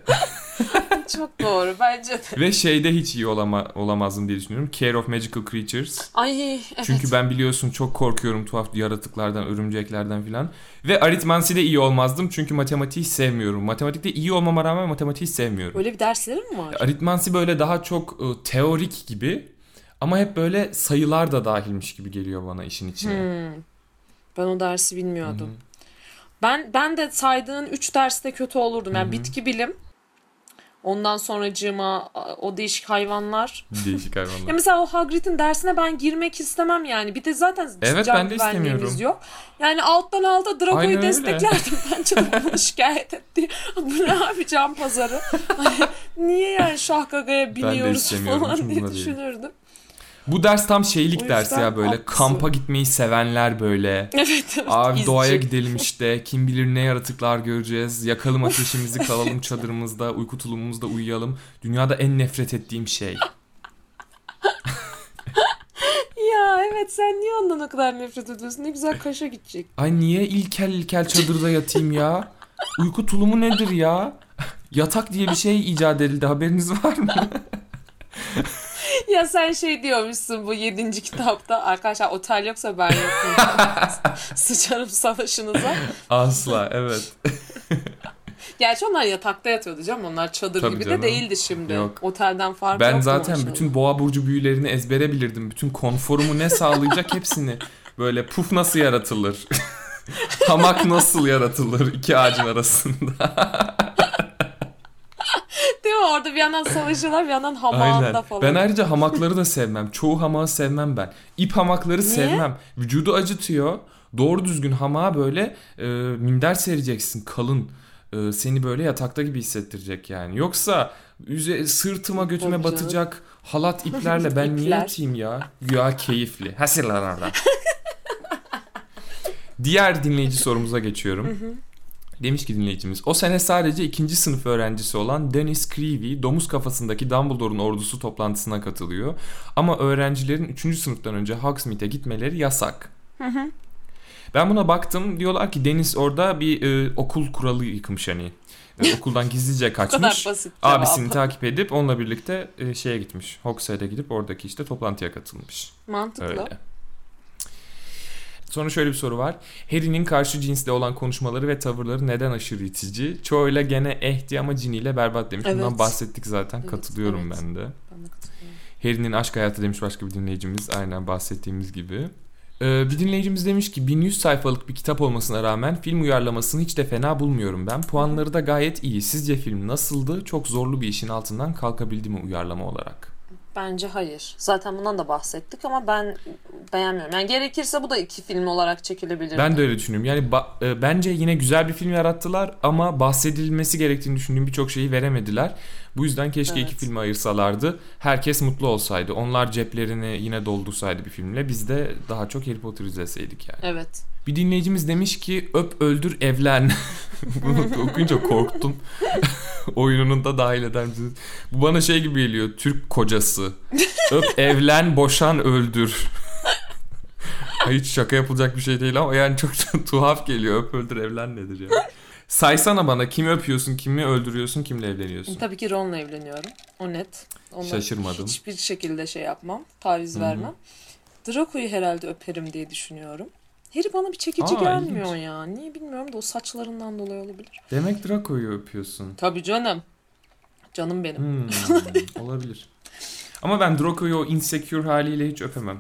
Çok doğru bence de. Ve şeyde hiç iyi olama, olamazdım diye düşünüyorum. Care of Magical Creatures. Ay evet. Çünkü ben biliyorsun çok korkuyorum tuhaf yaratıklardan, örümceklerden filan. Ve aritmanside iyi olmazdım çünkü matematiği sevmiyorum. Matematikte iyi olmama rağmen matematiği sevmiyorum. Öyle bir derslerin mi var? Aritmansi böyle daha çok e, teorik gibi ama hep böyle sayılar da dahilmiş gibi geliyor bana işin içine. Hmm. Ben o dersi bilmiyordum. Hı-hı. Ben ben de saydığın üç derste kötü olurdum. Yani Hı-hı. bitki bilim, Ondan sonracığıma o değişik hayvanlar. Değişik hayvanlar. Ya mesela o Hagrid'in dersine ben girmek istemem yani. Bir de zaten evet, can ben de güvenliğimiz yok. Yani alttan alta Draco'yu desteklerdim. Bence de bana şikayet etti. Bu ne abi, can pazarı. Niye yani Şahgaga'ya biniyoruz falan diye düşünürdüm. Bu ders tam şeylik dersi ya, böyle haklısın. Kampa gitmeyi sevenler böyle. Evet, evet. Abi izci. Doğaya gidelim işte, kim bilir ne yaratıklar göreceğiz. Yakalım ateşimizi, kalalım çadırımızda, uyku tulumumuzda uyuyalım. Dünyada en nefret ettiğim şey. Ya evet, sen niye ondan o kadar nefret ediyorsun? Ne güzel Kaş'a gidecek. Ay niye ilkel ilkel çadırda yatayım ya? Uyku tulumu nedir ya? Yatak diye bir şey icat edildi, haberiniz var mı? Ya sen şey diyormuşsun bu yedinci kitapta. Arkadaşlar otel yoksa ben yokum. Sıçarım savaşınıza. Asla, evet. Gerçi onlar yatakta yatıyordu canım. Onlar çadır tabii gibi canım. de değildi şimdi. Yok. Otelden farkı ben yoktu. Ben zaten maşallah. Bütün boğa burcu büyülerini ezbere bilirdim. Bütün konforumu ne sağlayacak hepsini. Böyle puf nasıl yaratılır? Hamak nasıl yaratılır iki ağacın arasında? Değil mi? Orada bir yandan savaşıyorlar, bir yandan hamağında Aynen. falan. Ben ayrıca hamakları da sevmem. Çoğu hamağı sevmem ben. İp hamakları Niye? sevmem. Vücudu acıtıyor. Doğru düzgün hamağa böyle e, minder sereceksin kalın. E, seni böyle yatakta gibi hissettirecek yani. Yoksa üze, sırtıma götüme Tabii batacak canım. Halat iplerle ben niye yatayım ya? Güya keyifli. Hasırlar orada. Diğer dinleyici sorumuza geçiyorum. Demiş ki dinleyicimiz, o sene sadece ikinci sınıf öğrencisi olan Dennis Creevy domuz kafasındaki Dumbledore'un ordusu toplantısına katılıyor. Ama öğrencilerin üçüncü sınıftan önce Hogsmeade'e gitmeleri yasak. Hı hı. Ben buna baktım, diyorlar ki Dennis orada bir e, okul kuralı yıkmış hani. E, okuldan gizlice kaçmış. Abisini takip edip onunla birlikte e, şeye gitmiş. Hogsmeade'e gidip oradaki işte toplantıya katılmış. Mantıklı. Öyle. Sonra şöyle bir soru var. Harry'nin karşı cinsle olan konuşmaları ve tavırları neden aşırı itici? Çoğuyla gene ehti ama Ginny ile berbat demiş. Evet. Bundan bahsettik zaten. Evet, katılıyorum evet. ben de. Ben de katılıyorum. Harry'nin aşk hayatı demiş başka bir dinleyicimiz. Aynen bahsettiğimiz gibi. Ee, bir dinleyicimiz demiş ki bin yüz sayfalık bir kitap olmasına rağmen film uyarlamasını hiç de fena bulmuyorum ben. Puanları da gayet iyi. Sizce film nasıldı? Çok zorlu bir işin altından kalkabildi mi uyarlama olarak? Bence hayır. Zaten bundan da bahsettik ama ben beğenmiyorum. Yani gerekirse bu da iki film olarak çekilebilir. Ben de öyle düşünüyorum. Yani ba- e, bence yine güzel bir film yarattılar ama bahsedilmesi gerektiğini düşündüğüm birçok şeyi veremediler. Bu yüzden keşke evet. iki filmi ayırsalardı. Herkes mutlu olsaydı. Onlar ceplerini yine doldursaydı bir filmle. Biz de daha çok Harry Potter izleseydik yani. Evet. Bir dinleyicimiz demiş ki öp öldür evlen. Bunu okuyunca korktum. Oyununun da dahil eder misiniz? Bu bana şey gibi geliyor. Türk kocası. Öp evlen boşan öldür. Hiç şaka yapılacak bir şey değil ama yani çok, çok tuhaf geliyor. Öp öldür evlen nedir ya? Saysana bana, kimi öpüyorsun, kimi öldürüyorsun, kimle evleniyorsun? Tabii ki Ron'la evleniyorum. O net. Ondan Şaşırmadım. Hiçbir şekilde şey yapmam. Taviz Hı-hı. vermem. Draco'yu herhalde öperim diye düşünüyorum. Harry bana bir çekici Aa, gelmiyor ilginç. ya. Niye bilmiyorum da o saçlarından dolayı olabilir. Demek Draco'yu öpüyorsun. Tabii canım. Canım benim. Hmm, olabilir. Ama ben Draco'yu o insecure haliyle hiç öpemem.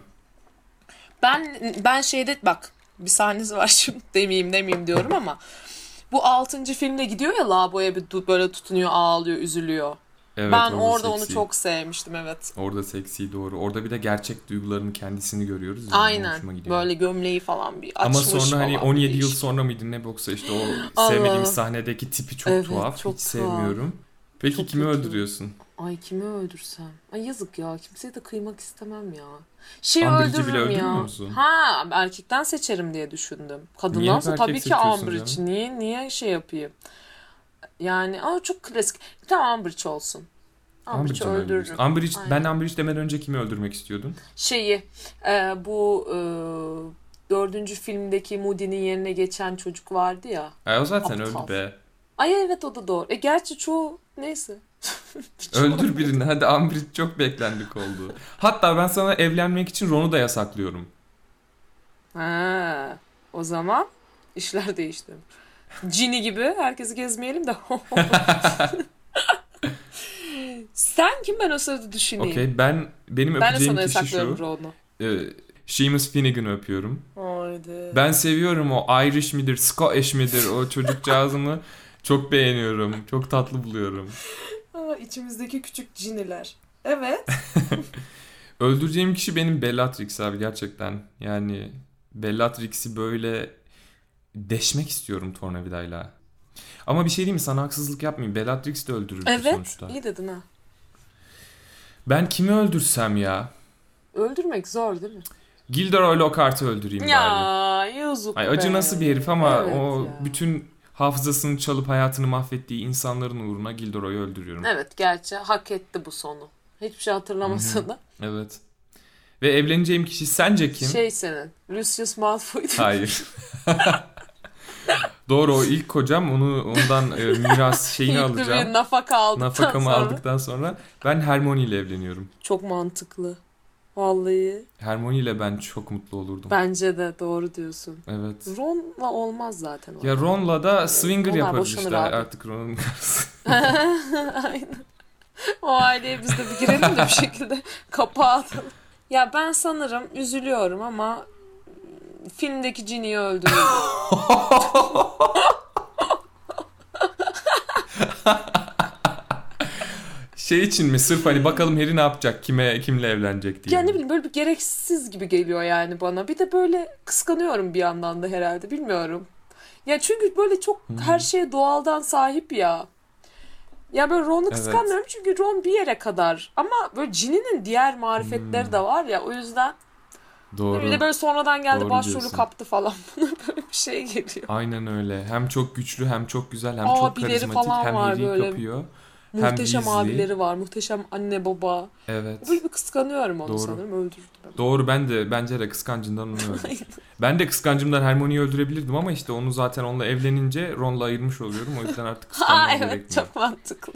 Ben ben şeyde bak bir sahnesi var şimdi demeyeyim demeyeyim diyorum ama bu altıncı filmde gidiyor ya lavaboya bir böyle tutunuyor, ağlıyor, üzülüyor. Evet, ben orada, orada onu çok sevmiştim evet. Orada seksi doğru. Orada bir de gerçek duygularını kendisini görüyoruz. Aynen. Böyle gömleği falan bir açmış. Ama sonra hani on yedi yıl iş. sonra mıydı ne boksa işte o sevmediğim sahnedeki tipi çok evet, tuhaf. Çok Hiç tuhaf. sevmiyorum. Peki çok kimi kötü. öldürüyorsun? Ay kimi öldürsem? Ay yazık ya. Kimseye de kıymak istemem ya. Şey Umbridge'i bile öldürmüyor musun? Ha, erkekten seçerim diye düşündüm. Kadındansa tabii ki Umbridge. Niye niye şey yapayım? Yani ama çok klasik. Tamam Umbridge olsun. Umbridge'i öldürürüm. Umbridge, ben Umbridge demeden önce kimi öldürmek istiyordun? Şeyi e, bu e, dördüncü filmdeki Moody'nin yerine geçen çocuk vardı ya. Ay o zaten aptal. Öldü be. Ay evet o da doğru. E gerçi çoğu neyse. Öldür birini. Hadi Umbridge çok beklendik oldu. Hatta ben sana evlenmek için Ron'u da yasaklıyorum. Ha, o zaman işler değişti. Ginny gibi herkesi gezmeyelim de. Sen kim, ben o sırada düşüneyim. Okey, ben benim ben öpeceğim kişi şu. Ben de sana yasaklıyorum Ron'u. E, Seamus Finnegan'ı öpüyorum. Haydi. Ben seviyorum o Irish midir, Scottish midir o çocukcağızımı çok beğeniyorum. Çok tatlı buluyorum. sonra içimizdeki küçük ciniler. Evet. Öldüreceğim kişi benim Bellatrix abi gerçekten. Yani Bellatrix'i böyle deşmek istiyorum tornavidayla. Ama bir şey diyeyim mi? Sana haksızlık yapmayayım. Bellatrix de öldürüldü Evet, sonuçta. iyi dedin ha. Ben kimi öldürsem ya? Öldürmek zor değil mi? Gilderoy Lockhart'ı öldüreyim Ya bari. yazık Ay be. acı nasıl bir herif ama Evet o ya. bütün hafızasını çalıp hayatını mahvettiği insanların uğruna Gilderoy'u öldürüyorum. Evet, gerçi hak etti bu sonu. Hiçbir şey hatırlamasa da. Evet. Ve evleneceğim kişi sence kim? Şey senin, Lucius Malfoy. Hayır. Doğru, o ilk kocam, onu ondan e, miras şeyini Yüklü alacağım. bir nafaka aldıktan Nafakamı sonra. aldıktan sonra ben Hermione ile evleniyorum. Çok mantıklı. Vallahi. Hermione ile ben çok mutlu olurdum. Bence de doğru diyorsun. Evet. Ron'la olmaz zaten. O. Ya Ron'la da swinger Onlar yaparız boşanır işte abi. artık Ron'un karısı. Aynen. O aileye biz de bir girelim de bir şekilde kapağı atalım. Ya ben sanırım üzülüyorum ama filmdeki Ginny'yi öldürürdüm. Şey için mi? Sırf hani bakalım Harry ne yapacak? Kime kimle evlenecek diye. Ya ne bileyim, böyle bir gereksiz gibi geliyor yani bana. Bir de böyle kıskanıyorum bir yandan da herhalde, bilmiyorum. Ya çünkü böyle çok her şeye doğaldan sahip ya. Ya böyle Ron'u Evet. kıskanmıyorum çünkü Ron bir yere kadar. Ama böyle Ginny'nin diğer marifetleri de var ya, o yüzden. Doğru. Bir de böyle sonradan geldi, Doğru başrolü diyorsun. kaptı falan. Buna böyle bir şey geliyor. Aynen öyle. Hem çok güçlü, hem çok güzel, hem Abileri çok karizmatik, falan hem var Harry'i böyle. kapıyor. Hem Muhteşem Weasley. abileri var. Muhteşem anne baba. Evet. Böyle bir kıskanıyorum onu, Doğru. sanırım. Öldürdüm. Doğru, ben de bence de kıskancından onu öldürdüm. Ben de kıskancımdan Hermione'yi öldürebilirdim ama işte onu zaten onunla evlenince Ron'la ayırmış oluyorum. O yüzden artık Aa, kıskanmam evet, gerekmiyor. çok mantıklı.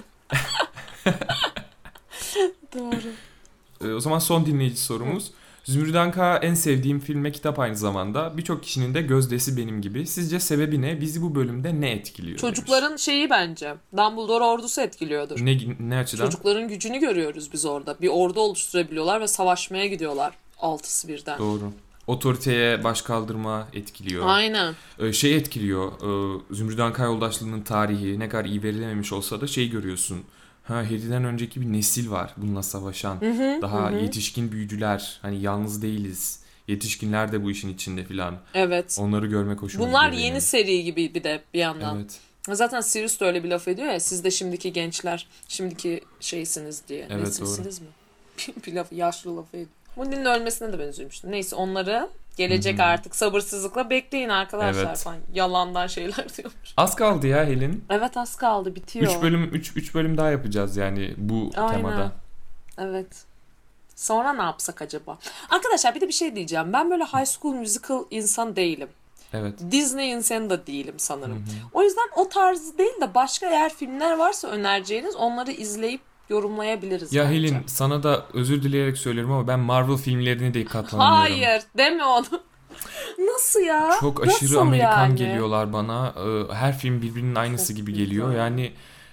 Doğru. Ee, o zaman son dinleyici sorumuz. Zümrüt Anka en sevdiğim film ve kitap aynı zamanda. Birçok kişinin de gözdesi benim gibi. Sizce sebebi ne? Bizi bu bölümde ne etkiliyor? Çocukların demiş. şeyi bence. Dumbledore ordusu etkiliyordur. Ne, ne açıdan? Çocukların gücünü görüyoruz biz orada. Bir ordu oluşturabiliyorlar ve savaşmaya gidiyorlar. Altısı birden. Doğru. Otoriteye baş kaldırma etkiliyor. Aynen. Ee, şey etkiliyor. E, Zümrüt Anka yoldaşlığının tarihi ne kadar iyi verilememiş olsa da şey görüyorsun. Ha, Harry'den önceki bir nesil var bununla savaşan. Hı hı, Daha hı hı. yetişkin büyücüler. Hani yalnız değiliz. Yetişkinler de bu işin içinde filan. Evet. Onları görmek hoşuma Bunlar gidiyor yeni benim. seri gibi bir de bir yandan. Evet. Zaten Sirius da öyle bir laf ediyor ya. Siz de şimdiki gençler, şimdiki şeysiniz diye. Evet, Nesilsiniz mi? bir laf, yaşlı lafı ediyor. Moody'nin ölmesine de ben üzülmüştüm. Neyse, onları gelecek artık sabırsızlıkla bekleyin arkadaşlar Evet. falan. Yalandan şeyler diyormuş. Az kaldı ya Helin. Evet, az kaldı, bitiyor. üç bölüm üç üç bölüm daha yapacağız yani bu Aynen. temada. Evet. Sonra ne yapsak acaba? Arkadaşlar bir de bir şey diyeceğim. Ben böyle High School Musical insan değilim. Evet. Disney insanı da değilim sanırım. O yüzden o tarz değil de başka eğer filmler varsa önereceğiniz, onları izleyip yorumlayabiliriz Ya bence. Helin, sana da özür dileyerek söylüyorum ama ben Marvel filmlerine de katlanamıyorum. Hayır, deme onu. Nasıl ya? Çok Nasıl aşırı Amerikan yani? geliyorlar bana. Ee, Her film birbirinin aynısı Çok gibi güzel. geliyor. Yani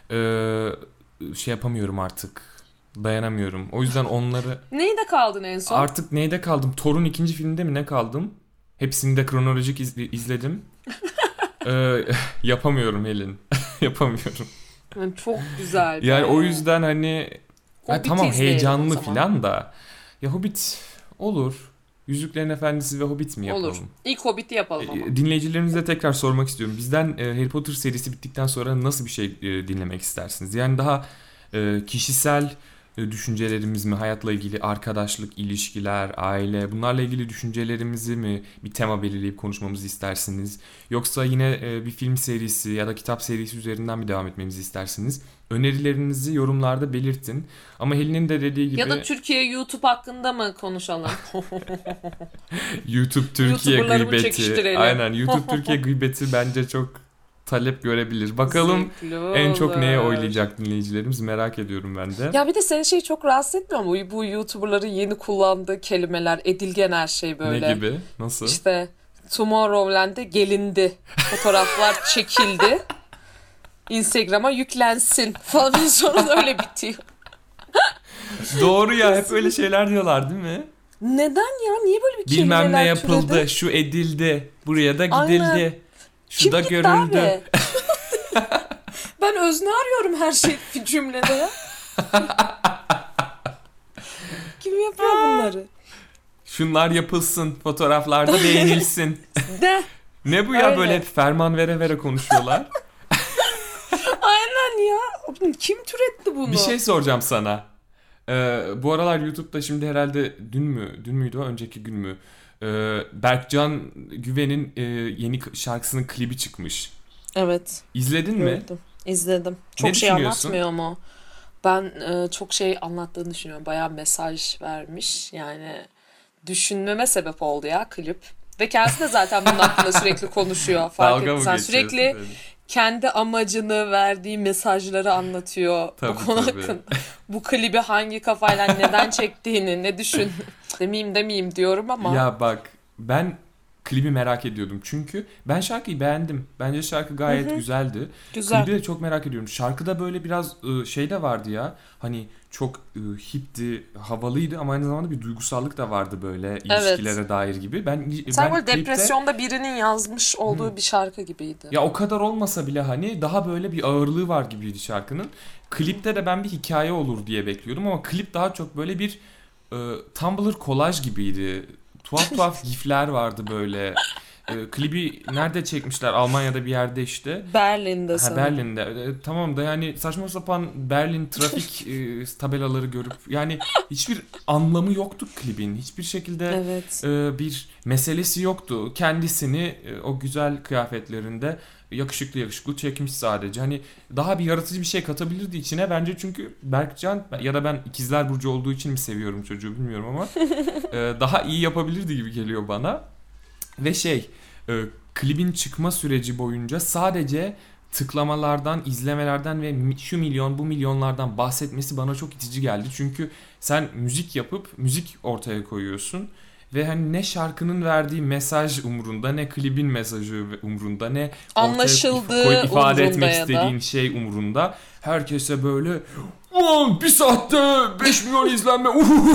e, şey yapamıyorum artık. Dayanamıyorum. O yüzden onları Neyde kaldın en son? artık neyde kaldım? Thor'un ikinci filminde mi ne kaldım? Hepsini de kronolojik izle- izledim. Ee, yapamıyorum Helin. Yapamıyorum. Yani çok güzel. be. Yani o yüzden hani ha, Hobbit'i tamam izleyelim heyecanlı o zaman. filan da ya Hobbit olur. Yüzüklerin Efendisi ve Hobbit mi yapalım? Olur. İlk Hobbit'i yapalım ama. E, Dinleyicilerimize tekrar sormak istiyorum. Bizden e, Harry Potter serisi bittikten sonra nasıl bir şey e, dinlemek istersiniz? Yani daha e, kişisel e, düşüncelerimiz mi, hayatla ilgili arkadaşlık, ilişkiler, aile, bunlarla ilgili düşüncelerimizi mi bir tema belirleyip konuşmamızı istersiniz? Yoksa yine e, bir film serisi ya da kitap serisi üzerinden mi devam etmemizi istersiniz? Önerilerinizi yorumlarda belirtin. Ama Helin'in de dediği gibi Ya da Türkiye YouTube hakkında mı konuşalım? YouTube Türkiye YouTuber'ları mı gıybeti. çekiştirelim? Aynen, YouTube Türkiye gıybeti bence çok talep görebilir. Bakalım Zevkli en çok neye olur. oylayacak dinleyicilerimiz, merak ediyorum ben de. Ya bir de seni şey çok rahatsız etmiyor mu? Bu, bu YouTuber'ların yeni kullandığı kelimeler, edilgen her şey böyle. Ne gibi? Nasıl? İşte Tomorrowland'e gelindi. Fotoğraflar çekildi. Instagram'a yüklensin falan, sonra da öyle bitiyor. Doğru ya, hep öyle şeyler diyorlar değil mi? Neden ya? Niye böyle bir kelimeler Bilmem ne yapıldı, türedi? şu edildi, buraya da gidildi, Aynen. şu Kim da gitti görüldü. abi? Ben özne arıyorum her şey bir cümlede ya. Kim yapıyor bunları? Şunlar yapılsın, fotoğraflarda beğenilsin. De. Ne bu ya, Öyle. böyle hep ferman vere vere konuşuyorlar. Aynen ya. Kim türetti bunu? Bir şey soracağım sana. Ee, bu aralar YouTube'da şimdi herhalde dün mü, dün müydü o, önceki gün mü? Ee, Berkcan Güven'in e, yeni şarkısının klibi çıkmış. Evet. İzledin mi? Gördüm. İzledim. Çok Ne şey düşünüyorsun? anlatmıyor mu? Ben e, çok şey anlattığını düşünüyorum. Bayağı mesaj vermiş. Yani düşünmeme sebep oldu ya klip. Ve kendisi de zaten bunun hakkında sürekli konuşuyor. Fark Dalga mı etsen geçiyorsun sürekli dedi. kendi amacını, verdiği mesajları anlatıyor Tabii, bu konu tabii. hakkında. Bu klibi hangi kafayla neden çektiğini, ne düşün. Demeyeyim demeyeyim diyorum ama. Ya bak, ben klibi merak ediyordum. Çünkü ben şarkıyı beğendim. Bence şarkı gayet güzeldi. Güzel. Klibi de çok merak ediyorum. Şarkıda böyle biraz ı, şey de vardı ya. Hani çok ı, hipti, havalıydı ama aynı zamanda bir duygusallık da vardı böyle ilişkilere dair gibi. Ben Sen ben böyle klipte, depresyonda birinin yazmış olduğu bir şarkı gibiydi. ya o kadar olmasa bile hani daha böyle bir ağırlığı var gibiydi şarkının. Klipte de ben bir hikaye olur diye bekliyordum ama klip daha çok böyle bir e, Tumblr kolaj gibiydi. Tuhaf tuhaf gifler vardı böyle. E, klibi nerede çekmişler? Almanya'da bir yerde işte. Berlin'de Ha, sanırım. Berlin'de. E, tamam da yani saçma sapan Berlin trafik e, tabelaları görüp yani hiçbir anlamı yoktu klibin. Hiçbir şekilde Evet. e, bir meselesi yoktu. Kendisini e, o güzel kıyafetlerinde yakışıklı yakışıklı çekmiş sadece. Hani daha bir yaratıcı bir şey katabilirdi içine bence, çünkü Berkcan, ya da ben ikizler burcu olduğu için mi seviyorum çocuğu bilmiyorum ama e, daha iyi yapabilirdi gibi geliyor bana. Ve şey, e, klibin çıkma süreci boyunca sadece tıklamalardan, izlemelerden ve mi- şu milyon bu milyonlardan bahsetmesi bana çok itici geldi. Çünkü sen müzik yapıp müzik ortaya koyuyorsun ve hani ne şarkının verdiği mesaj umurunda, ne klibin mesajı umurunda, ne ortaya Anlaşıldığı koy- ifade etmek umurunda ya da. istediğin şey umurunda. Herkese böyle "Ulan bir saatte beş milyon izlenme"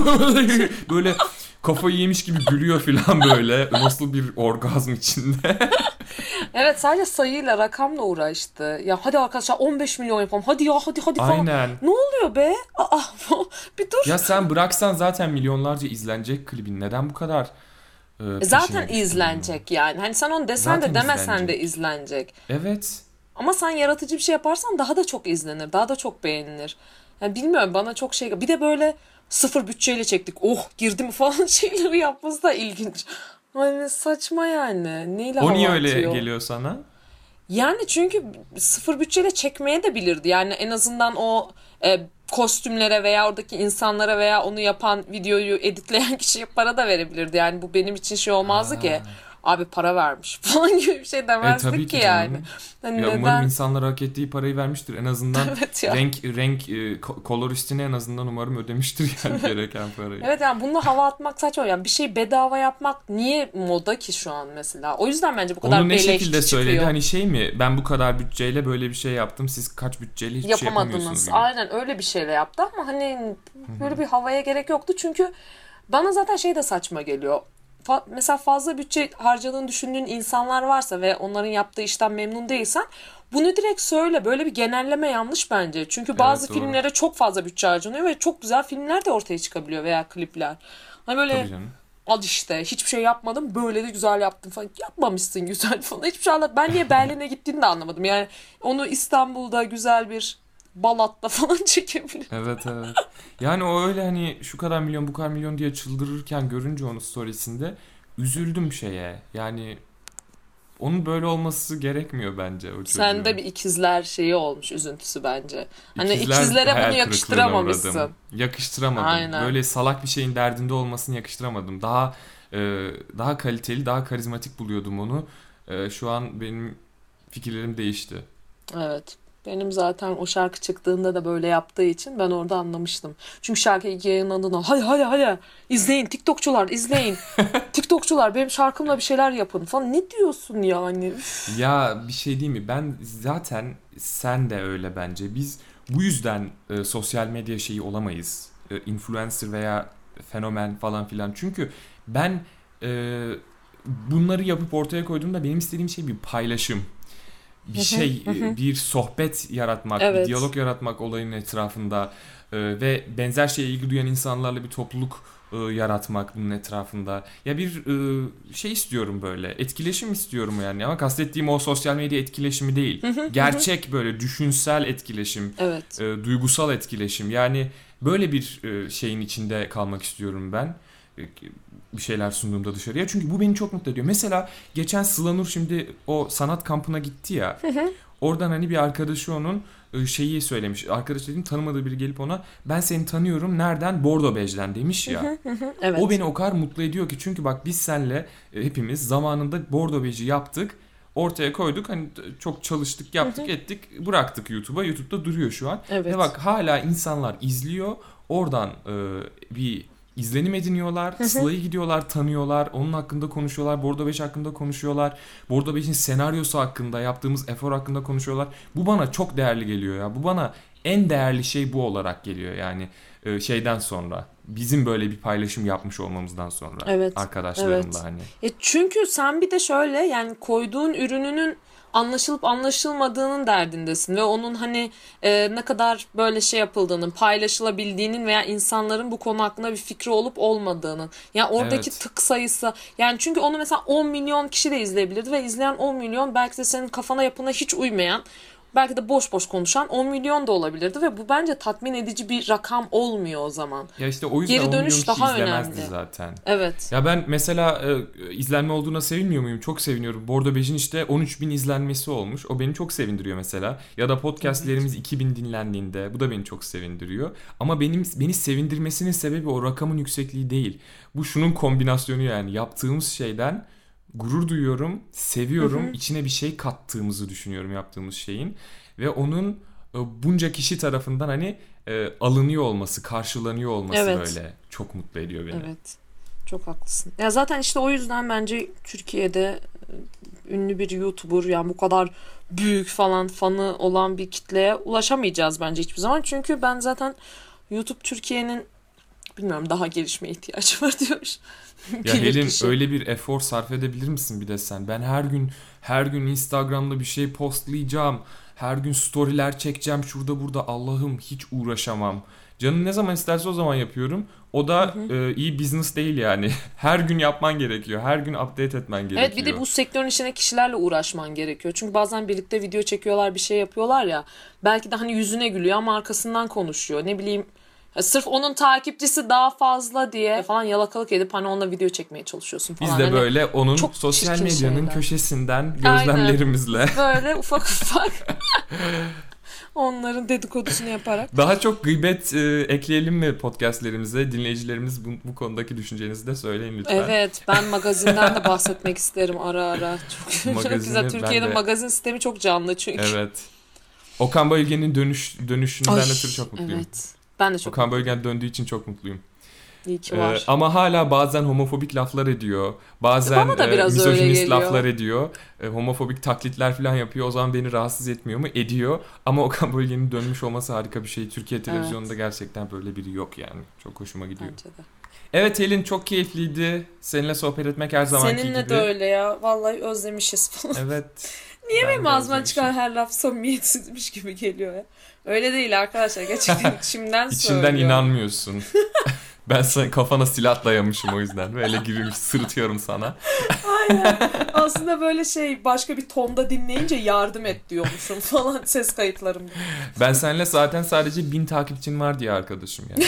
böyle kafayı yemiş gibi gülüyor falan böyle. Nasıl bir orgazm içinde. Evet, sadece sayıyla, rakamla uğraştı. Ya hadi arkadaşlar on beş milyon yapalım. Hadi ya, hadi hadi falan. Aynen. Ne oluyor be? Aa, bir dur. Ya sen bıraksan zaten milyonlarca izlenecek klibin. Neden bu kadar e, E peşine Zaten düştün bunun? izlenecek yani. Hani sen onu desen de Zaten demesen de izlenecek. izlenecek. Evet. Ama sen yaratıcı bir şey yaparsan daha da çok izlenir. Daha da çok beğenilir. Yani bilmiyorum, bana çok şey... Bir de böyle sıfır bütçeyle çektik. Oh, girdi mi falan şeyleri yapması da ilginç. Hani saçma yani. Neyle O hava niye öyle atıyor? geliyor sana? Yani çünkü sıfır bütçeyle çekmeye de bilirdi. Yani en azından o e, kostümlere veya oradaki insanlara veya onu yapan, videoyu editleyen kişiye para da verebilirdi. Yani bu benim için şey olmazdı ki. Abi para vermiş falan gibi bir şey E demezdik tabii ki ki yani. canım. Hani Ya umarım neden? insanlar hak ettiği parayı vermiştir. En azından Evet ya. renk renk e, ko- koloristine en azından umarım ödemiştir yani gereken parayı. Evet, yani bununla hava atmak saçma. Yani bir şey bedava yapmak niye moda ki şu an mesela? O yüzden bence bu kadar Onu ne beleş şekilde söyledi? çıkıyor. Hani şey mi? Ben bu kadar bütçeyle böyle bir şey yaptım. Siz kaç bütçeyle hiçbir şey yapamıyorsunuz Yapamadınız. gibi. Aynen öyle bir şeyle yaptı ama hani böyle bir havaya gerek yoktu. Çünkü bana zaten şey de saçma geliyor. Fa- mesela fazla bütçe harcadığını düşündüğün insanlar varsa ve onların yaptığı işten memnun değilsen bunu direkt söyle. Böyle bir genelleme yanlış bence. Çünkü bazı Evet, doğru. filmlere çok fazla bütçe harcanıyor ve çok güzel filmler de ortaya çıkabiliyor veya klipler. Hani böyle Tabii canım. al işte hiçbir şey yapmadım, böyle de güzel yaptım falan. Yapmamışsın güzel falan. Hiçbir şey anlat. Ben niye Berlin'e gittiğini de anlamadım. Yani onu İstanbul'da güzel bir Balat'ta falan çekebilir. Evet, evet. Yani o öyle hani şu kadar milyon bu kadar milyon diye çıldırırken görünce onu storiesinde üzüldüm şeye. Yani onun böyle olması gerekmiyor bence o çocuğun. Sende bir ikizler şeyi olmuş, üzüntüsü bence. Hani İkizler ikizlere hayal bunu kırıklığına yakıştıramamışsın. uğradım. Yakıştıramadım. Aynen. Böyle salak bir şeyin derdinde olmasını yakıştıramadım. Daha e, daha kaliteli, daha karizmatik buluyordum onu. E, şu an benim fikirlerim değişti. Evet. Benim zaten o şarkı çıktığında da böyle yaptığı için ben orada anlamıştım. Çünkü şarkı ilk yayınlandığında hadi hadi hadi izleyin TikTokçular izleyin. TikTokçular benim şarkımla bir şeyler yapın falan. Ne diyorsun yani? Üf. Ya bir şey değil mi? Ben zaten, sen de öyle bence. Biz bu yüzden e, sosyal medya şeyi olamayız. E, influencer veya fenomen falan filan. Çünkü ben e, bunları yapıp ortaya koyduğumda benim istediğim şey bir paylaşım. Bir şey, e, bir sohbet yaratmak, bir Evet. diyalog yaratmak olayın etrafında. e, ve benzer şeye ilgi duyan insanlarla bir topluluk e, yaratmak bunun etrafında. Ya bir e, şey istiyorum böyle, etkileşim istiyorum yani, ama kastettiğim o sosyal medya etkileşimi değil. Gerçek böyle düşünsel etkileşim, Evet. e, duygusal etkileşim. Yani böyle bir e, şeyin içinde kalmak istiyorum ben. E, bir şeyler sunduğumda dışarıya. Çünkü bu beni çok mutlu ediyor. Mesela geçen Sıla Nur şimdi o sanat kampına gitti ya. Oradan hani bir arkadaşı onun e, şeyi söylemiş. Arkadaş dediğim tanımadığı biri gelip ona ben seni tanıyorum. Nereden? Bordo Bej'den demiş ya. Evet. O beni o kadar mutlu ediyor ki. Çünkü bak biz seninle e, hepimiz zamanında Bordo Bej'i yaptık. Ortaya koyduk. Hani çok çalıştık, yaptık, ettik. Bıraktık YouTube'a. YouTube'da duruyor şu an. Evet. Ve bak hala insanlar izliyor. Oradan e, bir izlenim ediniyorlar. Sıla'yı gidiyorlar, tanıyorlar. Onun hakkında konuşuyorlar. Bordo Bej hakkında konuşuyorlar. Bordo Bej'in senaryosu hakkında, yaptığımız efor hakkında konuşuyorlar. Bu bana çok değerli geliyor ya. Bu bana en değerli şey bu olarak geliyor. Yani e, şeyden sonra. Bizim böyle bir paylaşım yapmış olmamızdan sonra. Evet. Arkadaşlarımla Evet. hani. E çünkü sen bir de şöyle yani koyduğun ürününün anlaşılıp anlaşılmadığının derdindesin ve onun hani e, ne kadar böyle şey yapıldığının, paylaşılabildiğinin veya insanların bu konu hakkında bir fikri olup olmadığının. Yani oradaki Evet. tık sayısı. Yani çünkü onu mesela on milyon kişi de izleyebilirdi ve izleyen on milyon belki de senin kafana yapına hiç uymayan, belki de boş boş konuşan on milyon da olabilirdi ve bu bence tatmin edici bir rakam olmuyor o zaman. Ya işte o yüzden Geri on milyon dönüş kişi daha izlemezdi önemli. zaten. Evet. Ya ben mesela e, izlenme olduğuna sevinmiyor muyum? Çok seviniyorum. Bordo Bej'in işte on üç bin izlenmesi olmuş. O beni çok sevindiriyor mesela. Ya da podcastlerimiz iki bin dinlendiğinde bu da beni çok sevindiriyor. Ama benim beni sevindirmesinin sebebi o rakamın yüksekliği değil. Bu şunun kombinasyonu yani yaptığımız şeyden gurur duyuyorum, seviyorum. İçine bir şey kattığımızı düşünüyorum yaptığımız şeyin ve onun e, bunca kişi tarafından hani e, alınıyor olması, karşılanıyor olması Evet. böyle çok mutlu ediyor beni. Evet. Çok haklısın. Ya zaten işte o yüzden bence Türkiye'de e, ünlü bir YouTuber yani bu kadar büyük falan fanı olan bir kitleye ulaşamayacağız bence hiçbir zaman. Çünkü ben zaten YouTube Türkiye'nin bilmiyorum daha gelişmeye ihtiyacı var diyor. Ya Bilir Helin kişi. öyle bir efor sarf edebilir misin bir de sen? Ben her gün her gün Instagram'da bir şey postlayacağım. Her gün storyler çekeceğim şurada burada. Allah'ım hiç uğraşamam. Canım ne zaman isterse o zaman yapıyorum. O da e, iyi business değil yani. Her gün yapman gerekiyor. Her gün update etmen gerekiyor. Evet bir de bu sektörün içine kişilerle uğraşman gerekiyor. Çünkü bazen birlikte video çekiyorlar bir şey yapıyorlar ya. Belki de hani yüzüne gülüyor ama arkasından konuşuyor. Ne bileyim ya sırf onun takipçisi daha fazla diye falan yalakalık edip hani onunla video çekmeye çalışıyorsun falan. Biz de Hani böyle onun çok sosyal çirkin medyanın şeyler. köşesinden Aynen. gözlemlerimizle böyle ufak ufak onların dedikodusunu yaparak. daha çok gıybet e, ekleyelim mi podcastlerimize? Dinleyicilerimiz bu, bu konudaki düşüncenizi de söyleyin lütfen. Evet ben magazinden de bahsetmek isterim ara ara. Çok, çok Magazini güzel. ben Türkiye'de de- magazin sistemi çok canlı çünkü. Evet. Okan Bayülgen'in dönüş dönüşünden Ay, ötürü çok mutluyum. evet. Ben de çok Okan Bayülgen döndüğü için çok mutluyum. iyi ki Ee, var. ama hala bazen homofobik laflar ediyor. Bazen Bana da e, biraz öyle misojinist geliyor. laflar ediyor. E, homofobik taklitler falan yapıyor. O zaman beni rahatsız etmiyor mu? Ediyor. Ama Okan Bayülgen'in dönmüş olması harika bir şey. Türkiye televizyonunda gerçekten böyle biri yok yani. Çok hoşuma gidiyor. Bence de. Evet Helin çok keyifliydi. Seninle sohbet etmek her zamanki Seninle gibi. de öyle ya. Vallahi özlemişiz falan. Evet. Niye ben benim de ağzımdan özlemişim. çıkan her laf samimiyetsizmiş gibi geliyor ya. Öyle değil arkadaşlar. Gerçekten içimden İçinden söylüyorum. inanmıyorsun. Ben sana kafana silah dayamışım o yüzden. Böyle girmiş sırıtıyorum sana. Aynen. Aslında böyle şey başka bir tonda dinleyince yardım et diyormuşum falan ses kayıtlarımda. Ben seninle zaten sadece bin takipçin var diye arkadaşım yani.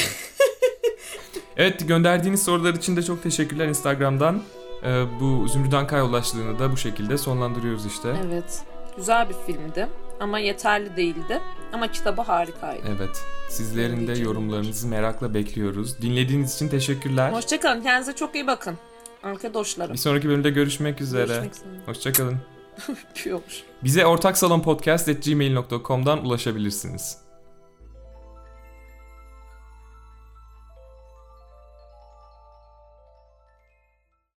Evet gönderdiğiniz sorular için de çok teşekkürler Instagram'dan. Ee, bu Zümrüt Ankaya ulaşlığını da bu şekilde sonlandırıyoruz işte. Evet. Güzel bir filmdi ama yeterli değildi. Ama kitabı harikaydı. Evet. Sizlerin de Dinleyicilerim. yorumlarınızı merakla bekliyoruz. Dinlediğiniz için teşekkürler. Hoşçakalın. Kendinize çok iyi bakın. Arkadaşlarım. Bir sonraki bölümde görüşmek üzere. Görüşmek üzere. Hoşçakalın. Öpüyormuş. Bize ortaksalonpodcast at gmail nokta com'dan ulaşabilirsiniz.